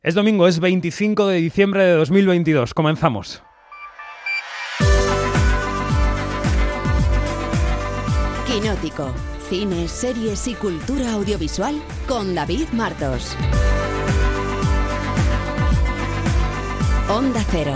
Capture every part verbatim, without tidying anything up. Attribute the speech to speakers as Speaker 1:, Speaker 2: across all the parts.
Speaker 1: Es domingo, es veinticinco de diciembre de dos mil veintidós. Comenzamos.
Speaker 2: Quinótico. Cine, series y cultura audiovisual con David Martos. Onda Cero.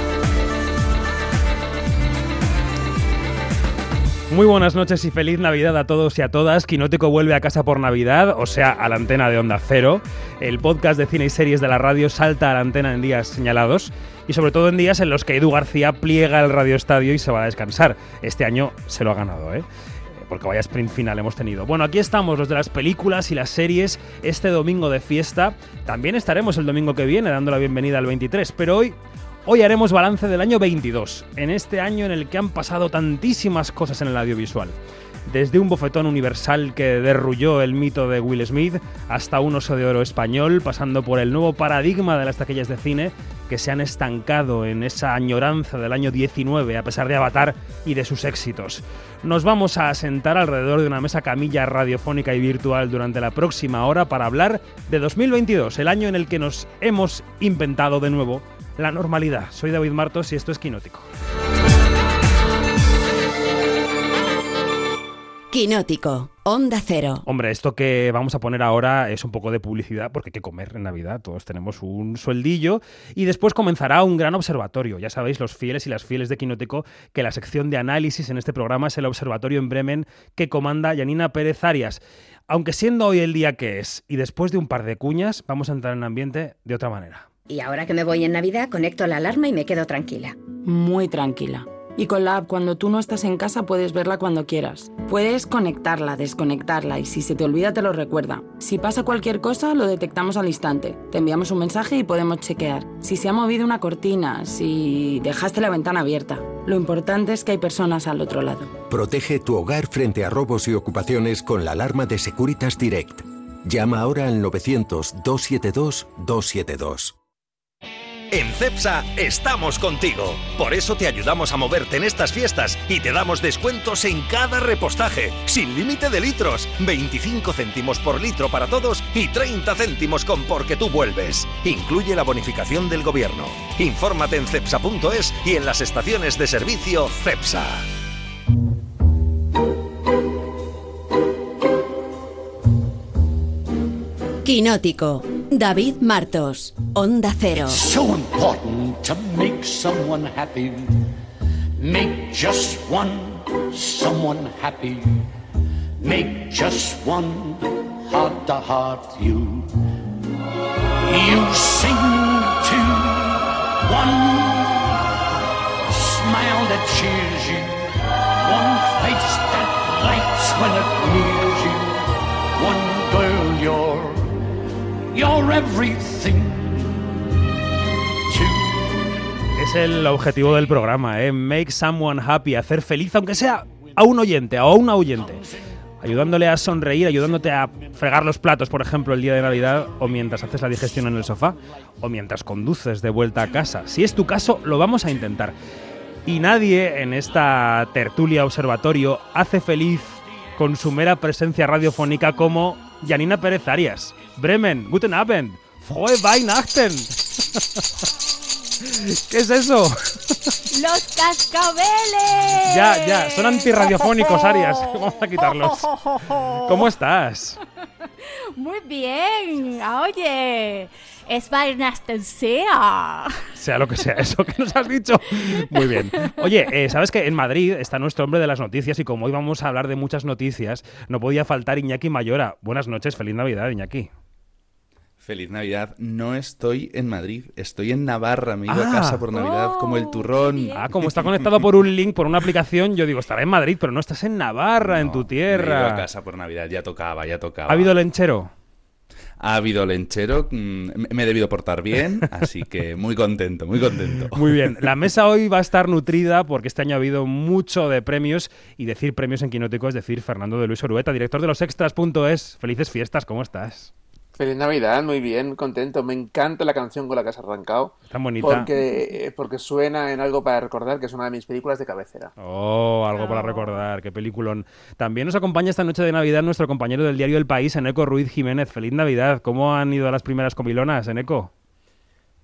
Speaker 1: Muy buenas noches y feliz Navidad a todos y a todas. Quinótico vuelve a casa por Navidad, o sea, a la antena de Onda Cero. El podcast de cine y series de la radio salta a la antena en días señalados y sobre todo en días en los que Edu García pliega el radioestadio y se va a descansar. Este año se lo ha ganado, ¿eh? Porque vaya sprint final hemos tenido. Bueno, aquí estamos, los de las películas y las series, este domingo de fiesta. También estaremos el domingo que viene dando la bienvenida al veintitrés, pero hoy... Hoy haremos balance del año veintidós, en este año en el que han pasado tantísimas cosas en el audiovisual. Desde un bofetón universal que derrulló el mito de Will Smith, hasta un Oso de Oro español, pasando por el nuevo paradigma de las taquillas de cine que se han estancado en esa añoranza del año diecinueve, a pesar de Avatar y de sus éxitos. Nos vamos a sentar alrededor de una mesa camilla radiofónica y virtual durante la próxima hora para hablar de dos mil veintidós, el año en el que nos hemos inventado de nuevo la normalidad. Soy David Martos y esto es Quinótico.
Speaker 2: Quinótico, Onda Cero.
Speaker 1: Hombre, esto que vamos a poner ahora es un poco de publicidad porque hay que comer en Navidad, todos tenemos un sueldillo y después comenzará un gran observatorio. Ya sabéis, los fieles y las fieles de Quinótico, que la sección de análisis en este programa es el observatorio en Bremen que comanda Janina Pérez Arias. Aunque siendo hoy el día que es y después de un par de cuñas, vamos a entrar en ambiente de otra manera.
Speaker 3: Y ahora que me voy en Navidad, conecto la alarma y me quedo tranquila.
Speaker 4: Muy tranquila. Y con la app, cuando tú no estás en casa, puedes verla cuando quieras. Puedes conectarla, desconectarla y si se te olvida te lo recuerda. Si pasa cualquier cosa, lo detectamos al instante. Te enviamos un mensaje y podemos chequear. Si se ha movido una cortina, si dejaste la ventana abierta. Lo importante es que hay personas al otro lado.
Speaker 5: Protege tu hogar frente a robos y ocupaciones con la alarma de Securitas Direct. Llama ahora al novecientos, doscientos setenta y dos, doscientos setenta y dos.
Speaker 6: En Cepsa estamos contigo. Por eso te ayudamos a moverte en estas fiestas y te damos descuentos en cada repostaje, sin límite de litros, veinticinco céntimos por litro para todos y treinta céntimos con Porque tú vuelves. Incluye la bonificación del gobierno. Infórmate en cepsa punto es y en las estaciones de servicio Cepsa.
Speaker 2: Quinótico, David Martos, Onda Cero.
Speaker 7: It's so important to make someone happy. Make just one someone happy. Make just one heart-to-heart view. You sing to one smile that cheers you. One face that lights when it nears you. One girl you're You're everything to...
Speaker 1: Es el objetivo del programa, ¿eh? Make someone happy, hacer feliz, aunque sea a un oyente o a una oyente. Ayudándole a sonreír, ayudándote a fregar los platos, por ejemplo, el día de Navidad, o mientras haces la digestión en el sofá, o mientras conduces de vuelta a casa. Si es tu caso, lo vamos a intentar. Y nadie en esta tertulia observatorio hace feliz con su mera presencia radiofónica como Janina Pérez Arias. Bremen, guten Abend, frohe Weihnachten. ¿Qué es eso?
Speaker 8: ¡Los cascabeles!
Speaker 1: Ya, ya, son antirradiofónicos, Arias. Vamos a quitarlos. ¿Cómo estás?
Speaker 8: Muy bien. Oye, es Weihnachten sea.
Speaker 1: Sea lo que sea eso que nos has dicho. Muy bien. Oye, eh, ¿sabes que en Madrid está nuestro hombre de las noticias? Y como hoy vamos a hablar de muchas noticias, no podía faltar Iñaki Mayora. Buenas noches, feliz Navidad, Iñaki.
Speaker 9: Feliz Navidad. No estoy en Madrid, estoy en Navarra. Me he ido
Speaker 1: Ah.
Speaker 9: a casa por Navidad
Speaker 8: Oh,
Speaker 9: como el turrón.
Speaker 1: Ah, como está conectado por un link, por una aplicación, yo digo, estará en Madrid, pero no estás en Navarra,
Speaker 9: No,
Speaker 1: en tu
Speaker 9: Me he
Speaker 1: tierra.
Speaker 9: ido a casa por Navidad, ya tocaba, ya tocaba.
Speaker 1: ¿Ha habido lenchero?
Speaker 9: Ha habido lenchero, mm, me he debido portar bien, así que muy contento, muy contento.
Speaker 1: Muy bien. La mesa hoy va a estar nutrida porque este año ha habido mucho de premios y decir premios en Quinótico es decir Fernando de Luis Orueta, director de los extras punto es. Felices fiestas, ¿cómo estás?
Speaker 10: Feliz Navidad, muy bien, contento. Me encanta la canción con la que has arrancado.
Speaker 1: Tan bonita.
Speaker 10: Porque, porque suena en Algo para recordar, que es una de mis películas de cabecera.
Speaker 1: Oh, algo para recordar, qué peliculón. También nos acompaña esta noche de Navidad nuestro compañero del diario El País, Eneco Ruiz Jiménez. Feliz Navidad. ¿Cómo han ido las primeras comilonas, Eneco?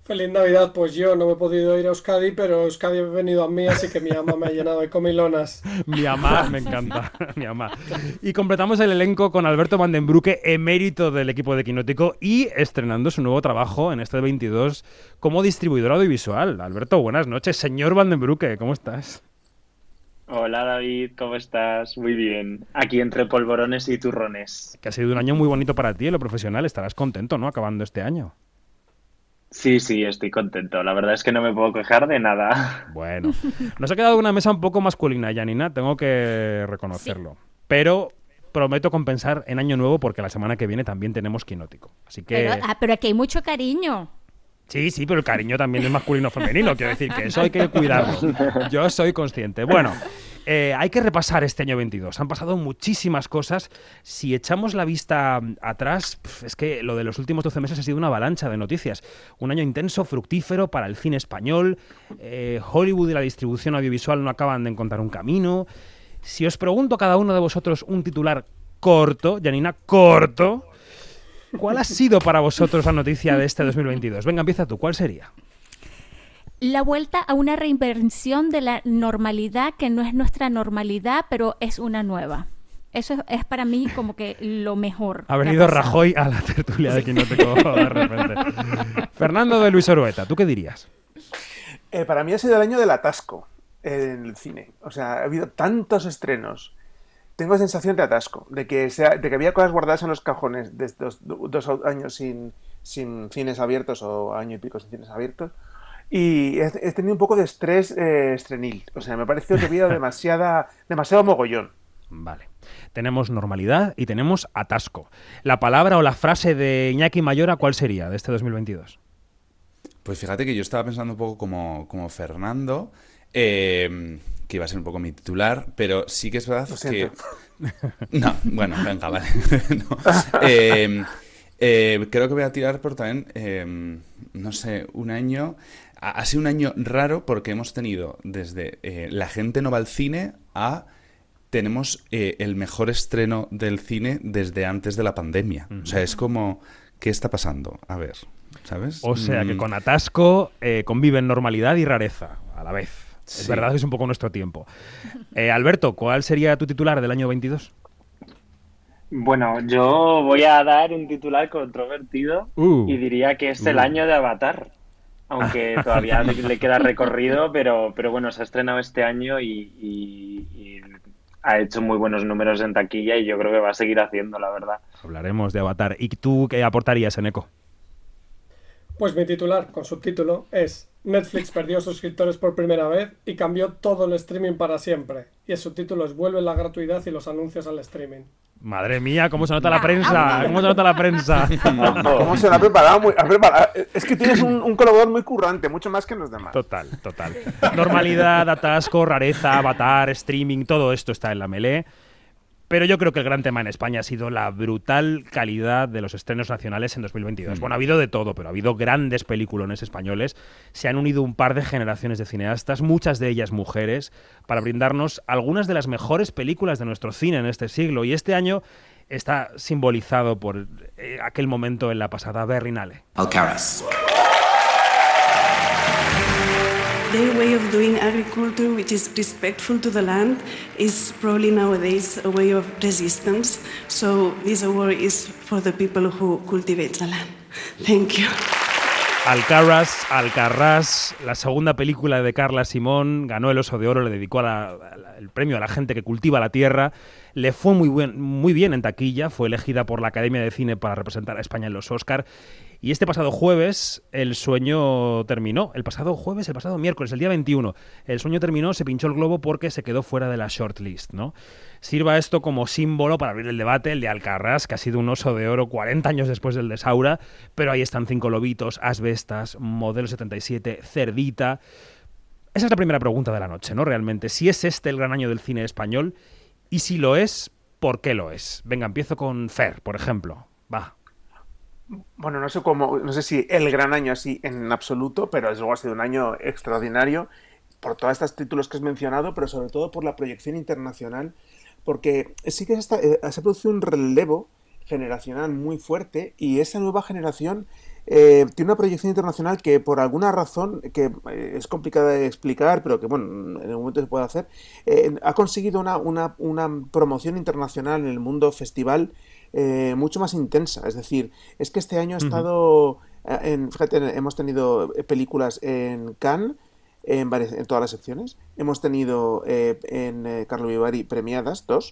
Speaker 11: Feliz Navidad, pues yo no me he podido ir a Euskadi, pero Euskadi ha venido a mí, así que mi ama me ha llenado de comilonas.
Speaker 1: Mi ama, me encanta, mi ama. Y completamos el elenco con Alberto Van den Broeke, emérito del equipo de Quinótico y estrenando su nuevo trabajo en este veintidós como distribuidor audiovisual. Alberto, buenas noches. Señor Van den Broeke, ¿cómo estás?
Speaker 12: Hola David, ¿cómo estás? Muy bien. Aquí entre polvorones y turrones.
Speaker 1: Que ha sido un año muy bonito para ti en lo profesional. Estarás contento, ¿no? Acabando este año.
Speaker 12: Sí, sí, estoy contento. La verdad es que no me puedo quejar de nada.
Speaker 1: Bueno, nos ha quedado una mesa un poco masculina, Janina, tengo que reconocerlo. Sí. Pero prometo compensar en Año Nuevo porque la semana que viene también tenemos Quinótico. Así que...
Speaker 8: Pero, ah, pero aquí hay mucho cariño.
Speaker 1: Sí, sí, pero el cariño también es masculino-femenino. Quiero decir que eso hay que cuidarlo. Yo soy consciente. Bueno, eh, hay que repasar este año veintidós. Han pasado muchísimas cosas. Si echamos la vista atrás, es que lo de los últimos doce meses ha sido una avalancha de noticias. Un año intenso, fructífero para el cine español. Eh, Hollywood y la distribución audiovisual no acaban de encontrar un camino. Si os pregunto a cada uno de vosotros un titular corto, Janina, corto... ¿Cuál ha sido para vosotros la noticia de este dos mil veintidós? Venga, empieza tú. ¿Cuál sería?
Speaker 8: La vuelta a una reinvención de la normalidad, que no es nuestra normalidad, pero es una nueva. Eso es, es para mí como que lo mejor.
Speaker 1: Ha venido ha Rajoy a la tertulia de Quinótico de repente. Fernando de Luis Orueta, ¿tú qué dirías?
Speaker 10: Eh, para mí ha sido el año del atasco en el cine. O sea, ha habido tantos estrenos. Tengo sensación de atasco, de que, sea, de que había cosas guardadas en los cajones de estos dos años sin, sin cines abiertos o año y pico sin cines abiertos. Y he, he tenido un poco de estrés eh, estrenil. O sea, me pareció que había demasiada, demasiado mogollón.
Speaker 1: Vale. Tenemos normalidad y tenemos atasco. ¿La palabra o la frase de Iñaki Mayora cuál sería de este dos mil veintidós?
Speaker 9: Pues fíjate que yo estaba pensando un poco como, como Fernando... Eh, que iba a ser un poco mi titular, pero sí que es verdad que... No, bueno, venga, vale. no. eh, eh, creo que voy a tirar por también, eh, no sé, un año... Ha sido un año raro porque hemos tenido desde eh, la gente no va al cine a... Tenemos eh, el mejor estreno del cine desde antes de la pandemia. Uh-huh. O sea, es como... ¿Qué está pasando? A ver, ¿sabes?
Speaker 1: O sea, que con atasco eh, conviven normalidad y rareza a la vez. Sí. Es verdad que es un poco nuestro tiempo. Eh, Alberto, ¿cuál sería tu titular del año veintidós?
Speaker 12: Bueno, yo voy a dar un titular controvertido uh. y diría que es uh. el año de Avatar. Aunque todavía le, le queda recorrido, pero, pero bueno, se ha estrenado este año y, y, y ha hecho muy buenos números en taquilla y yo creo que va a seguir haciendo, la verdad.
Speaker 1: Hablaremos de Avatar. ¿Y tú qué aportarías, Eneco?
Speaker 11: Pues mi titular, con subtítulo, es Netflix perdió suscriptores por primera vez y cambió todo el streaming para siempre. Y el subtítulo es Vuelve la gratuidad y los anuncios al streaming.
Speaker 1: Madre mía, cómo se nota la prensa, cómo se nota la prensa.
Speaker 10: Cómo se la ha preparado, muy, ha preparado. Es que tienes un, un colaborador muy currante, mucho más que los demás.
Speaker 1: Total, total. Normalidad, atasco, rareza, Avatar, streaming, todo esto está en la melé. Pero yo creo que el gran tema en España ha sido la brutal calidad de los estrenos nacionales en dos mil veintidós. Mm. Bueno, ha habido de todo, pero ha habido grandes peliculones españoles. Se han unido un par de generaciones de cineastas, muchas de ellas mujeres, para brindarnos algunas de las mejores películas de nuestro cine en este siglo. Y este año está simbolizado por eh, aquel momento en la pasada Berlinale.
Speaker 13: Alcaraz. Their way of doing agriculture, which is respectful to the land, is probably nowadays a way of resistance. So this award is for the people who cultivate the land. Thank you.
Speaker 1: Alcaraz, Alcarrás, la segunda película de Carla Simón, ganó el Oso de Oro, le dedicó a la, a la, el premio a la gente que cultiva la tierra. Le fue muy, buen, muy bien en taquilla, fue elegida por la Academia de Cine para representar a España en los Oscar. Y este pasado jueves el sueño terminó. El pasado jueves, el pasado miércoles, el día veintiuno. El sueño terminó, se pinchó el globo porque se quedó fuera de la shortlist, ¿no? Sirva esto como símbolo para abrir el debate, el de Alcarrás, que ha sido un Oso de Oro cuarenta años después del de Saura. Pero ahí están Cinco Lobitos, Asbestas, Modelo setenta y siete, Cerdita. Esa es la primera pregunta de la noche, ¿no? Realmente, si es este el gran año del cine español y si lo es, ¿por qué lo es? Venga, empiezo con Fer, por ejemplo. Va.
Speaker 10: Bueno, no sé cómo, no sé si el gran año así en absoluto, pero desde luego ha sido un año extraordinario por todos estos títulos que has mencionado, pero sobre todo por la proyección internacional, porque sí que se, está, eh, se ha producido un relevo generacional muy fuerte y esa nueva generación eh, tiene una proyección internacional que por alguna razón, que eh, es complicada de explicar, pero que bueno, en el momento se puede hacer, eh, ha conseguido una, una, una promoción internacional en el mundo festival eh, mucho más intensa. Es decir, es que este año ha estado, uh-huh. en, fíjate, hemos tenido películas en Cannes, en, varias, en todas las secciones, hemos tenido eh, en eh, Carlo Vivari premiadas, dos,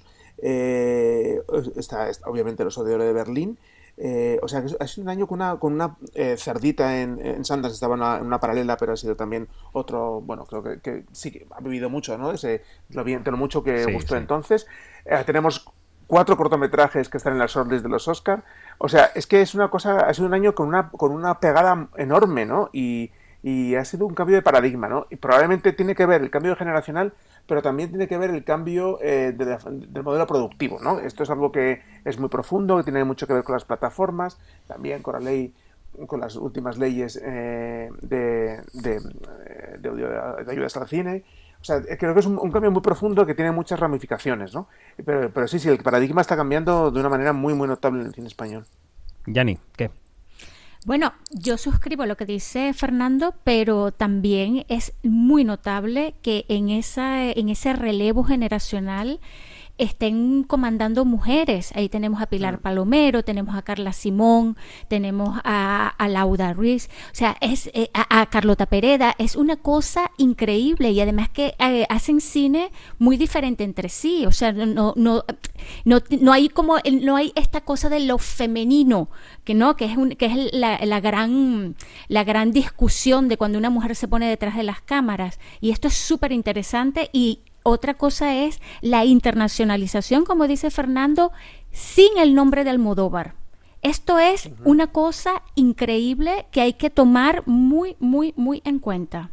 Speaker 10: eh, está, está obviamente los Oro de Oro de Berlín. Eh, o sea, que ha sido un año con una, con una eh, cerdita en, en Sundance, estaba en una, en una paralela, pero ha sido también otro, bueno, creo que, que sí que ha vivido mucho, ¿no? Ese, lo bien, lo mucho que
Speaker 1: sí,
Speaker 10: gustó
Speaker 1: sí.
Speaker 10: entonces. Eh, tenemos cuatro cortometrajes que están en las shortlist de los Oscar. O sea, es que es una cosa, ha sido un año con una, con una pegada enorme, ¿no? Y, y ha sido un cambio de paradigma, ¿no? Y probablemente tiene que ver el cambio generacional, pero también tiene que ver el cambio eh, de, de, del modelo productivo, ¿no? Esto es algo que es muy profundo, que tiene mucho que ver con las plataformas, también con la ley, con las últimas leyes eh, de, de, de, de, de ayudas al cine. O sea, creo que es un, un cambio muy profundo que tiene muchas ramificaciones, ¿no? Pero, pero sí, sí, el paradigma está cambiando de una manera muy, muy notable en el cine español.
Speaker 1: Yani, ¿qué?
Speaker 8: Bueno, yo suscribo lo que dice Fernando, pero también es muy notable que en esa, en ese relevo generacional estén comandando mujeres. Ahí tenemos a Pilar Palomero, tenemos a Carla Simón, tenemos a, a Laura Ruiz, o sea, es eh, a, a Carlota Pereda. Es una cosa increíble y además que eh, hacen cine muy diferente entre sí. O sea, no, no, no, no hay como no hay esta cosa de lo femenino, que no, que es un, que es la, la gran la gran discusión de cuando una mujer se pone detrás de las cámaras. Y esto es súper interesante. Y otra cosa es la internacionalización, como dice Fernando, sin el nombre de Almodóvar. Esto es uh-huh. una cosa increíble que hay que tomar muy, muy, muy en cuenta.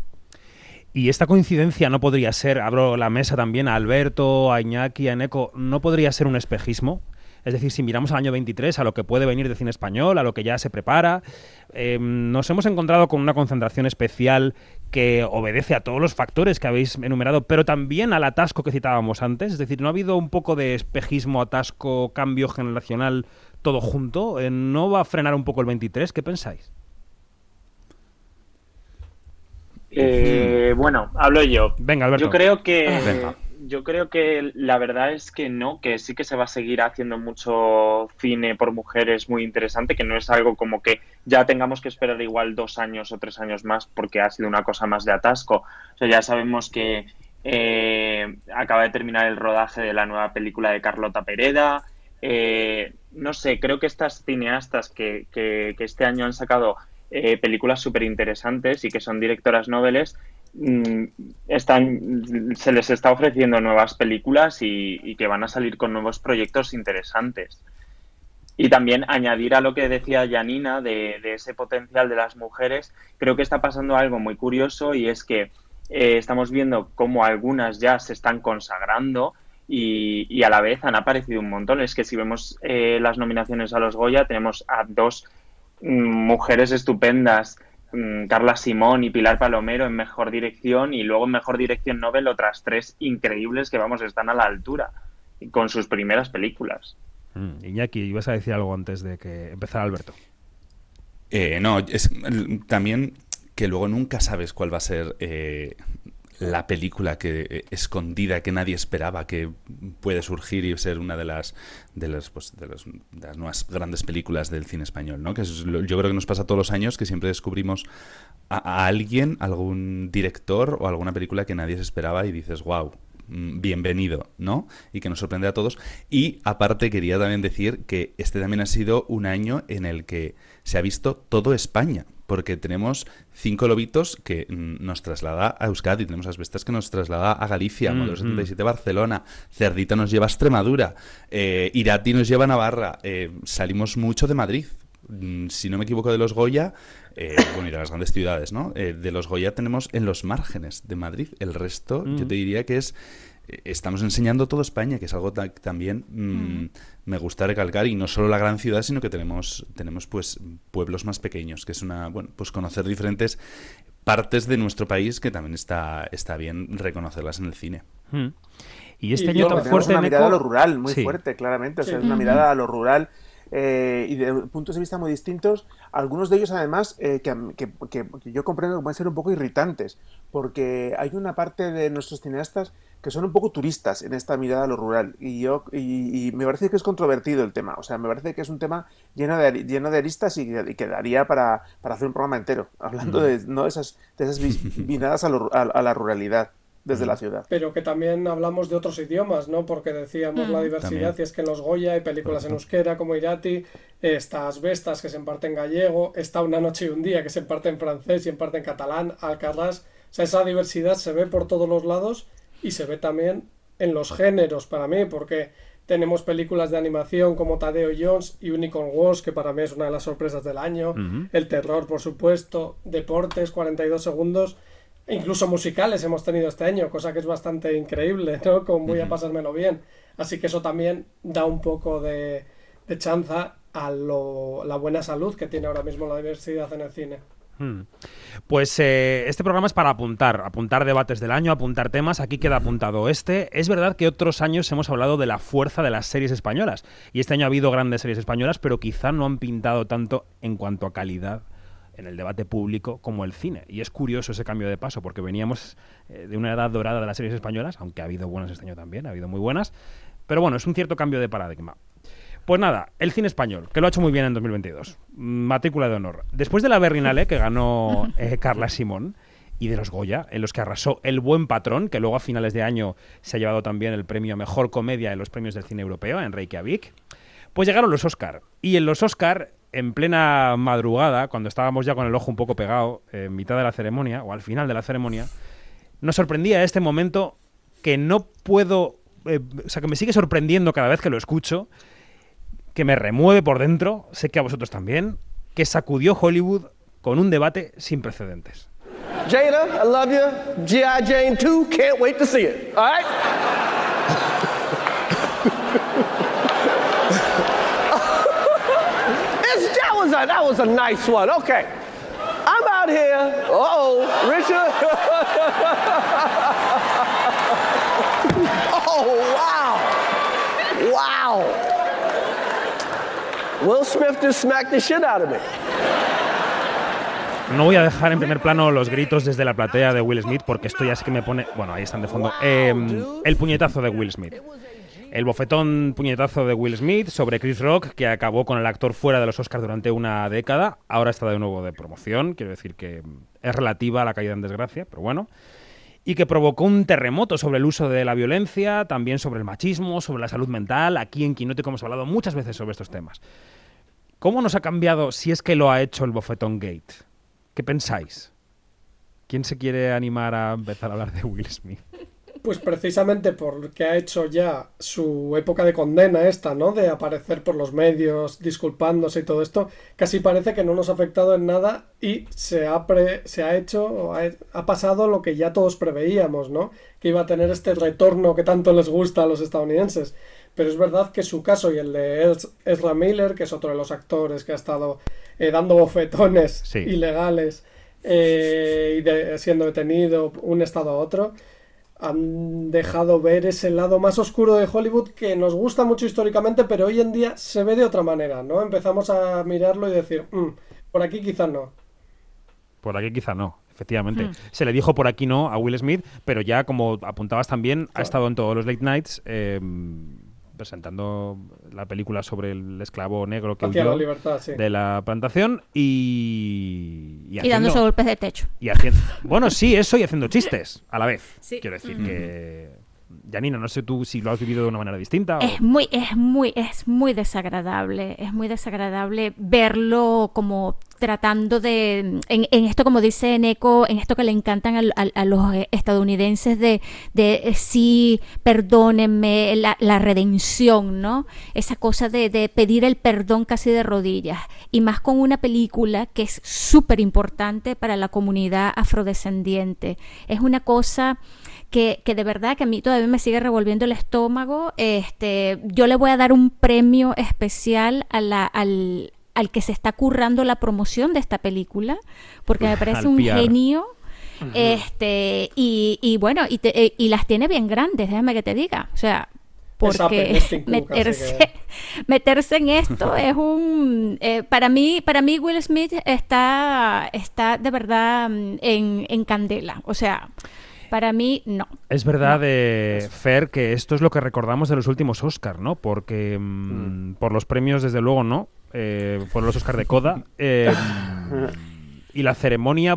Speaker 1: Y esta coincidencia no podría ser, abro la mesa también a Alberto, a Iñaki, a Eneco, ¿no podría ser un espejismo? Es decir, si miramos al año veintitrés, a lo que puede venir de cine español, a lo que ya se prepara, eh, nos hemos encontrado con una concentración especial que obedece a todos los factores que habéis enumerado, pero también al atasco que citábamos antes. Es decir, ¿no ha habido un poco de espejismo, atasco, cambio generacional, todo junto? Eh, ¿No va a frenar un poco el veintitrés? ¿Qué pensáis?
Speaker 12: Eh, bueno, hablo yo.
Speaker 1: Venga, Alberto.
Speaker 12: Yo creo que...
Speaker 1: Venga.
Speaker 12: Yo creo que la verdad es que no, que sí que se va a seguir haciendo mucho cine por mujeres muy interesante, que no es algo como que ya tengamos que esperar igual dos años o tres años más porque ha sido una cosa más de atasco. O sea, ya sabemos que eh, acaba de terminar el rodaje de la nueva película de Carlota Pereda. Eh, no sé, creo que estas cineastas que, que, que este año han sacado eh, películas súper interesantes y que son directoras noveles, están, se les está ofreciendo nuevas películas y, y que van a salir con nuevos proyectos interesantes. Y también añadir a lo que decía Janina de, de ese potencial de las mujeres, creo que está pasando algo muy curioso y es que eh, estamos viendo cómo algunas ya se están consagrando y, y a la vez han aparecido un montón. Es que si vemos eh, las nominaciones a los Goya, tenemos a dos mm, mujeres estupendas, Carla Simón y Pilar Palomero en Mejor Dirección, y luego en Mejor Dirección Nobel otras tres increíbles que, vamos, están a la altura con sus primeras películas.
Speaker 1: Mm, Iñaki, ibas a decir algo antes de que empezara Alberto.
Speaker 9: Eh, no, es también que luego nunca sabes cuál va a ser eh, la película que eh, escondida que nadie esperaba que puede surgir y ser una de las de las, pues, de las, de las nuevas grandes películas del cine español, ¿no? Que es lo, yo creo que nos pasa todos los años, que siempre descubrimos a, a alguien, algún director o alguna película que nadie se esperaba y dices, wow, bienvenido, ¿no? Y que nos sorprende a todos. Y aparte quería también decir que este también ha sido un año en el que se ha visto todo España, porque tenemos Cinco Lobitos que nos traslada a Euskadi, tenemos Asbestas que nos traslada a Galicia, mm, Modelo setenta y siete Barcelona, Cerdita nos lleva a Extremadura, eh, Irati nos lleva a Navarra, eh, salimos mucho de Madrid. Si no me equivoco, de los Goya, eh, bueno, y de las grandes ciudades, ¿no? Eh, de los Goya tenemos en los márgenes de Madrid. El resto, mm. yo te diría que es... Estamos enseñando todo España, que es algo que también mmm, mm. me gusta recalcar, y no solo la gran ciudad, sino que tenemos, tenemos pues pueblos más pequeños, que es una, bueno, pues conocer diferentes partes de nuestro país, que también está, está bien reconocerlas en el cine.
Speaker 1: Mm. Y este
Speaker 10: y
Speaker 1: año tan fuerte...
Speaker 10: una
Speaker 1: en
Speaker 10: mirada
Speaker 1: Eco...
Speaker 10: a lo rural, muy
Speaker 1: sí.
Speaker 10: fuerte, claramente. O sea,
Speaker 11: Sí.
Speaker 10: es una mirada a lo rural eh, y de puntos de vista muy distintos, algunos de ellos además eh, que, que, que, que yo comprendo que pueden ser un poco irritantes, porque hay una parte de nuestros cineastas que son un poco turistas en esta mirada a lo rural, y yo y, y me parece que es controvertido el tema, o sea, me parece que es un tema lleno de, lleno de aristas y, y que daría para, para hacer un programa entero, hablando mm. de, no, de esas, de esas miradas a, lo, a, a la ruralidad desde mm. la ciudad.
Speaker 11: Pero que también hablamos de otros idiomas, ¿no? Porque decíamos mm. la diversidad, también. Y es que en los Goya hay películas en euskera como Irati, estas Vestas que se imparte en gallego, está Una noche y un día que se imparte en francés y en parte en catalán, Alcarràs, o sea, esa diversidad se ve por todos los lados y se ve también en los géneros para mí, porque tenemos películas de animación como Tadeo Jones y Unicorn Wars, que para mí es una de las sorpresas del año, uh-huh. el terror, por supuesto, deportes, cuarenta y dos segundos, incluso musicales hemos tenido este año, cosa que es bastante increíble, ¿no? Con Voy uh-huh. a pasármelo bien. Así que eso también da un poco de, de chanza a lo, la buena salud que tiene ahora mismo la diversidad en el cine.
Speaker 1: Pues eh, este programa es para apuntar, apuntar debates del año, apuntar temas. Aquí queda apuntado este. Es verdad que otros años hemos hablado de la fuerza de las series españolas y este año ha habido grandes series españolas, pero quizá no han pintado tanto en cuanto a calidad en el debate público como el cine. Y es curioso ese cambio de paso, porque veníamos eh, de una edad dorada de las series españolas, aunque ha habido buenas este año también, ha habido muy buenas, pero bueno, es un cierto cambio de paradigma. Pues nada, el cine español, que lo ha hecho muy bien en dos mil veintidós. Matrícula de honor. Después de la Berlinale, que ganó eh, Carla Simón, y de los Goya, en los que arrasó El Buen Patrón, que luego a finales de año se ha llevado también el premio a Mejor Comedia en los premios del cine europeo, en Reykjavik, pues llegaron los Oscar. Y en los Oscar, en plena madrugada, cuando estábamos ya con el ojo un poco pegado, eh, en mitad de la ceremonia, o al final de la ceremonia, nos sorprendía este momento que no puedo... Eh, o sea, que me sigue sorprendiendo cada vez que lo escucho, que me remueve por dentro, sé que a vosotros también, que sacudió Hollywood con un debate sin precedentes.
Speaker 14: Jada, I love you. G I. Jane two, can't wait to see it. All right? it's, that, was a, that was a nice one. Okay. I'm out here. Uh-oh, Richard. oh, wow. Wow. Will Smith just smacked the shit out of me.
Speaker 1: No voy a dejar en primer plano los gritos desde la platea de Will Smith, porque esto ya sí que me pone... Bueno, ahí están de fondo. Eh, el puñetazo de Will Smith. El bofetón puñetazo de Will Smith sobre Chris Rock, que acabó con el actor fuera de los Oscars durante una década. Ahora está de nuevo de promoción. Quiero decir que es relativa a la caída en desgracia, pero bueno. Y que provocó un terremoto sobre el uso de la violencia, también sobre el machismo, sobre la salud mental. Aquí en Quinótico hemos hablado muchas veces sobre estos temas. ¿Cómo nos ha cambiado, si es que lo ha hecho el Bofetón Gate? ¿Qué pensáis? ¿Quién se quiere animar a empezar a hablar de Will Smith?
Speaker 11: Pues precisamente porque ha hecho ya su época de condena esta, ¿no? De aparecer por los medios, disculpándose y todo esto, casi parece que no nos ha afectado en nada y se ha, pre, se ha hecho, ha, ha pasado lo que ya todos preveíamos, ¿no? Que iba a tener este retorno que tanto les gusta a los estadounidenses. Pero es verdad que su caso y el de Ezra Miller, que es otro de los actores que ha estado eh, dando bofetones sí. ilegales eh, y de, siendo detenido un estado a otro, han dejado ver ese lado más oscuro de Hollywood que nos gusta mucho históricamente, pero hoy en día se ve de otra manera, ¿no? Empezamos a mirarlo y decir, mmm, por aquí quizás no.
Speaker 1: Por aquí quizá no, efectivamente. Mm. Se le dijo por aquí no a Will Smith, pero ya, como apuntabas también, claro. ha estado en todos los late nights eh, presentando la película sobre el esclavo negro que huyó
Speaker 11: la libertad, sí.
Speaker 1: de la plantación y...
Speaker 8: Y, y dándose golpes de techo.
Speaker 1: Y haciendo, bueno, sí, eso y haciendo chistes a la vez. Sí. Quiero decir mm. que... Janina, no sé tú si lo has vivido de una manera distinta.
Speaker 8: Es
Speaker 1: o...
Speaker 8: muy, es muy, es muy desagradable. Es muy desagradable verlo como tratando de, en, en esto como dice Neko, en esto que le encantan a, a, a los estadounidenses de, de eh, sí, perdónenme, la, la redención, ¿no? Esa cosa de, de pedir el perdón casi de rodillas. Y más con una película que es súper importante para la comunidad afrodescendiente. Es una cosa... Que, que de verdad que a mí todavía me sigue revolviendo el estómago. Este, yo le voy a dar un premio especial a la, al, al que se está currando la promoción de esta película, porque me parece un genio. Uh-huh. Este, y, y bueno, y, te, y las tiene bien grandes, déjame que te diga. O sea, porque meterse, que... meterse en esto es un... Eh, para mí para mí Will Smith está, está de verdad en, en candela, o sea... Para mí, no.
Speaker 1: Es verdad, no. eh, Fer, que esto es lo que recordamos de los últimos Oscar, ¿no? Porque mm, mm. por los premios, desde luego, no. Eh, por los Oscar de Coda. Eh, y la ceremonia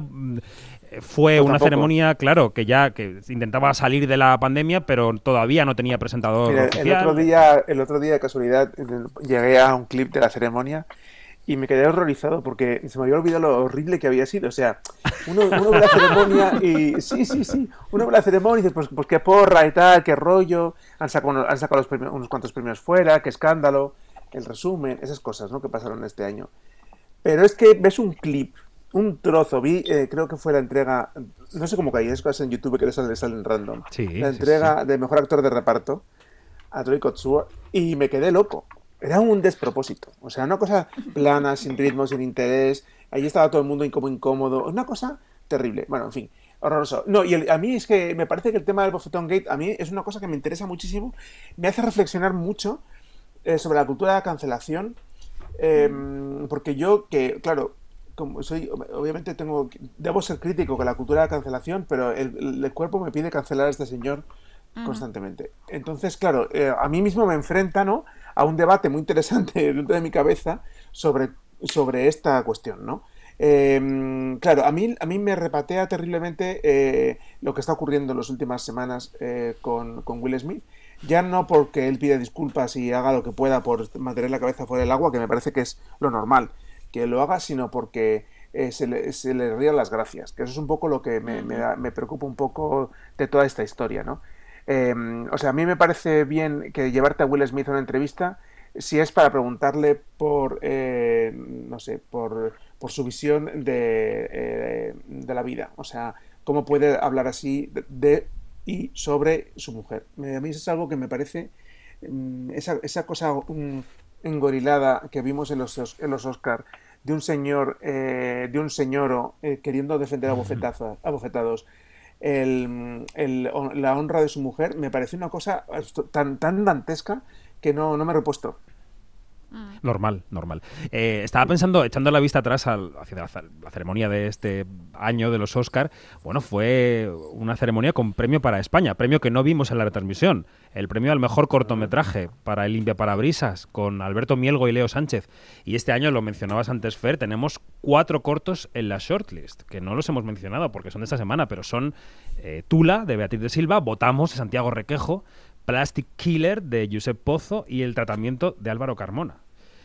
Speaker 1: fue pues una tampoco. ceremonia, claro, que ya que intentaba salir de la pandemia, pero todavía no tenía presentador
Speaker 10: Mira,
Speaker 1: oficial.
Speaker 10: El otro día, el otro día, de casualidad, llegué a un clip de la ceremonia y me quedé horrorizado porque se me había olvidado lo horrible que había sido. O sea, uno, uno ve la ceremonia y... Sí, sí, sí. Uno ve la ceremonia y dice, pues, pues qué porra y tal, qué rollo. Han sacado, han sacado los premios, unos cuantos premios fuera, qué escándalo. El resumen, esas cosas, ¿no?, que pasaron este año. Pero es que ves un clip, un trozo. Vi, eh, creo que fue la entrega... No sé cómo caí, es cosas en YouTube que le salen, salen random.
Speaker 1: Sí,
Speaker 10: la entrega
Speaker 1: sí, sí.
Speaker 10: de Mejor Actor de Reparto a Troy Kotsur y me quedé loco. Era un despropósito, o sea, una cosa plana, sin ritmo, sin interés. Ahí estaba todo el mundo como incómodo, una cosa terrible. Bueno, en fin, horroroso. No, y el, a mí es que me parece que el tema del Bofetón Gate a mí es una cosa que me interesa muchísimo, me hace reflexionar mucho eh, sobre la cultura de la cancelación, eh, porque yo, que claro, como soy, obviamente tengo, debo ser crítico con la cultura de la cancelación, pero el, el cuerpo me pide cancelar a este señor constantemente. Entonces, claro, eh, a mí mismo me enfrenta, ¿no?, a un debate muy interesante dentro de mi cabeza sobre, sobre esta cuestión, ¿no? Eh, claro, a mí, a mí me repatea terriblemente eh, lo que está ocurriendo en las últimas semanas eh, con, con Will Smith. Ya no porque él pida disculpas y haga lo que pueda por mantener la cabeza fuera del agua, que me parece que es lo normal que lo haga, sino porque eh, se, le, se le rían las gracias, que eso es un poco lo que me, me, da, me preocupa un poco de toda esta historia, ¿no? Eh, o sea, a mí me parece bien que llevarte a Will Smith a una entrevista si es para preguntarle por, eh, no sé, por, por su visión de, eh, de la vida. O sea, cómo puede hablar así de, de y sobre su mujer. A mí eso es algo que me parece, esa, esa cosa um, engorilada que vimos en los, en los Oscar, de un señor, eh, de un señoro eh, queriendo defender a, bofetazo, a bofetados el, el, la honra de su mujer, me parece una cosa tan, tan dantesca que no, no me he repuesto.
Speaker 1: Normal, normal. Eh, estaba pensando, echando la vista atrás al, hacia la, la ceremonia de este año de los Oscar. Bueno, fue una ceremonia con premio para España, premio que no vimos en la retransmisión. El premio al mejor cortometraje para El limpiaparabrisas, con Alberto Mielgo y Leo Sánchez. Y este año, lo mencionabas antes, Fer, tenemos cuatro cortos en la shortlist, que no los hemos mencionado porque son de esta semana, pero son eh, Tula, de Beatriz de Silva, Votamos, de Santiago Requejo, Plastic Killer, de Josep Pozo, y El tratamiento, de Álvaro Carmona.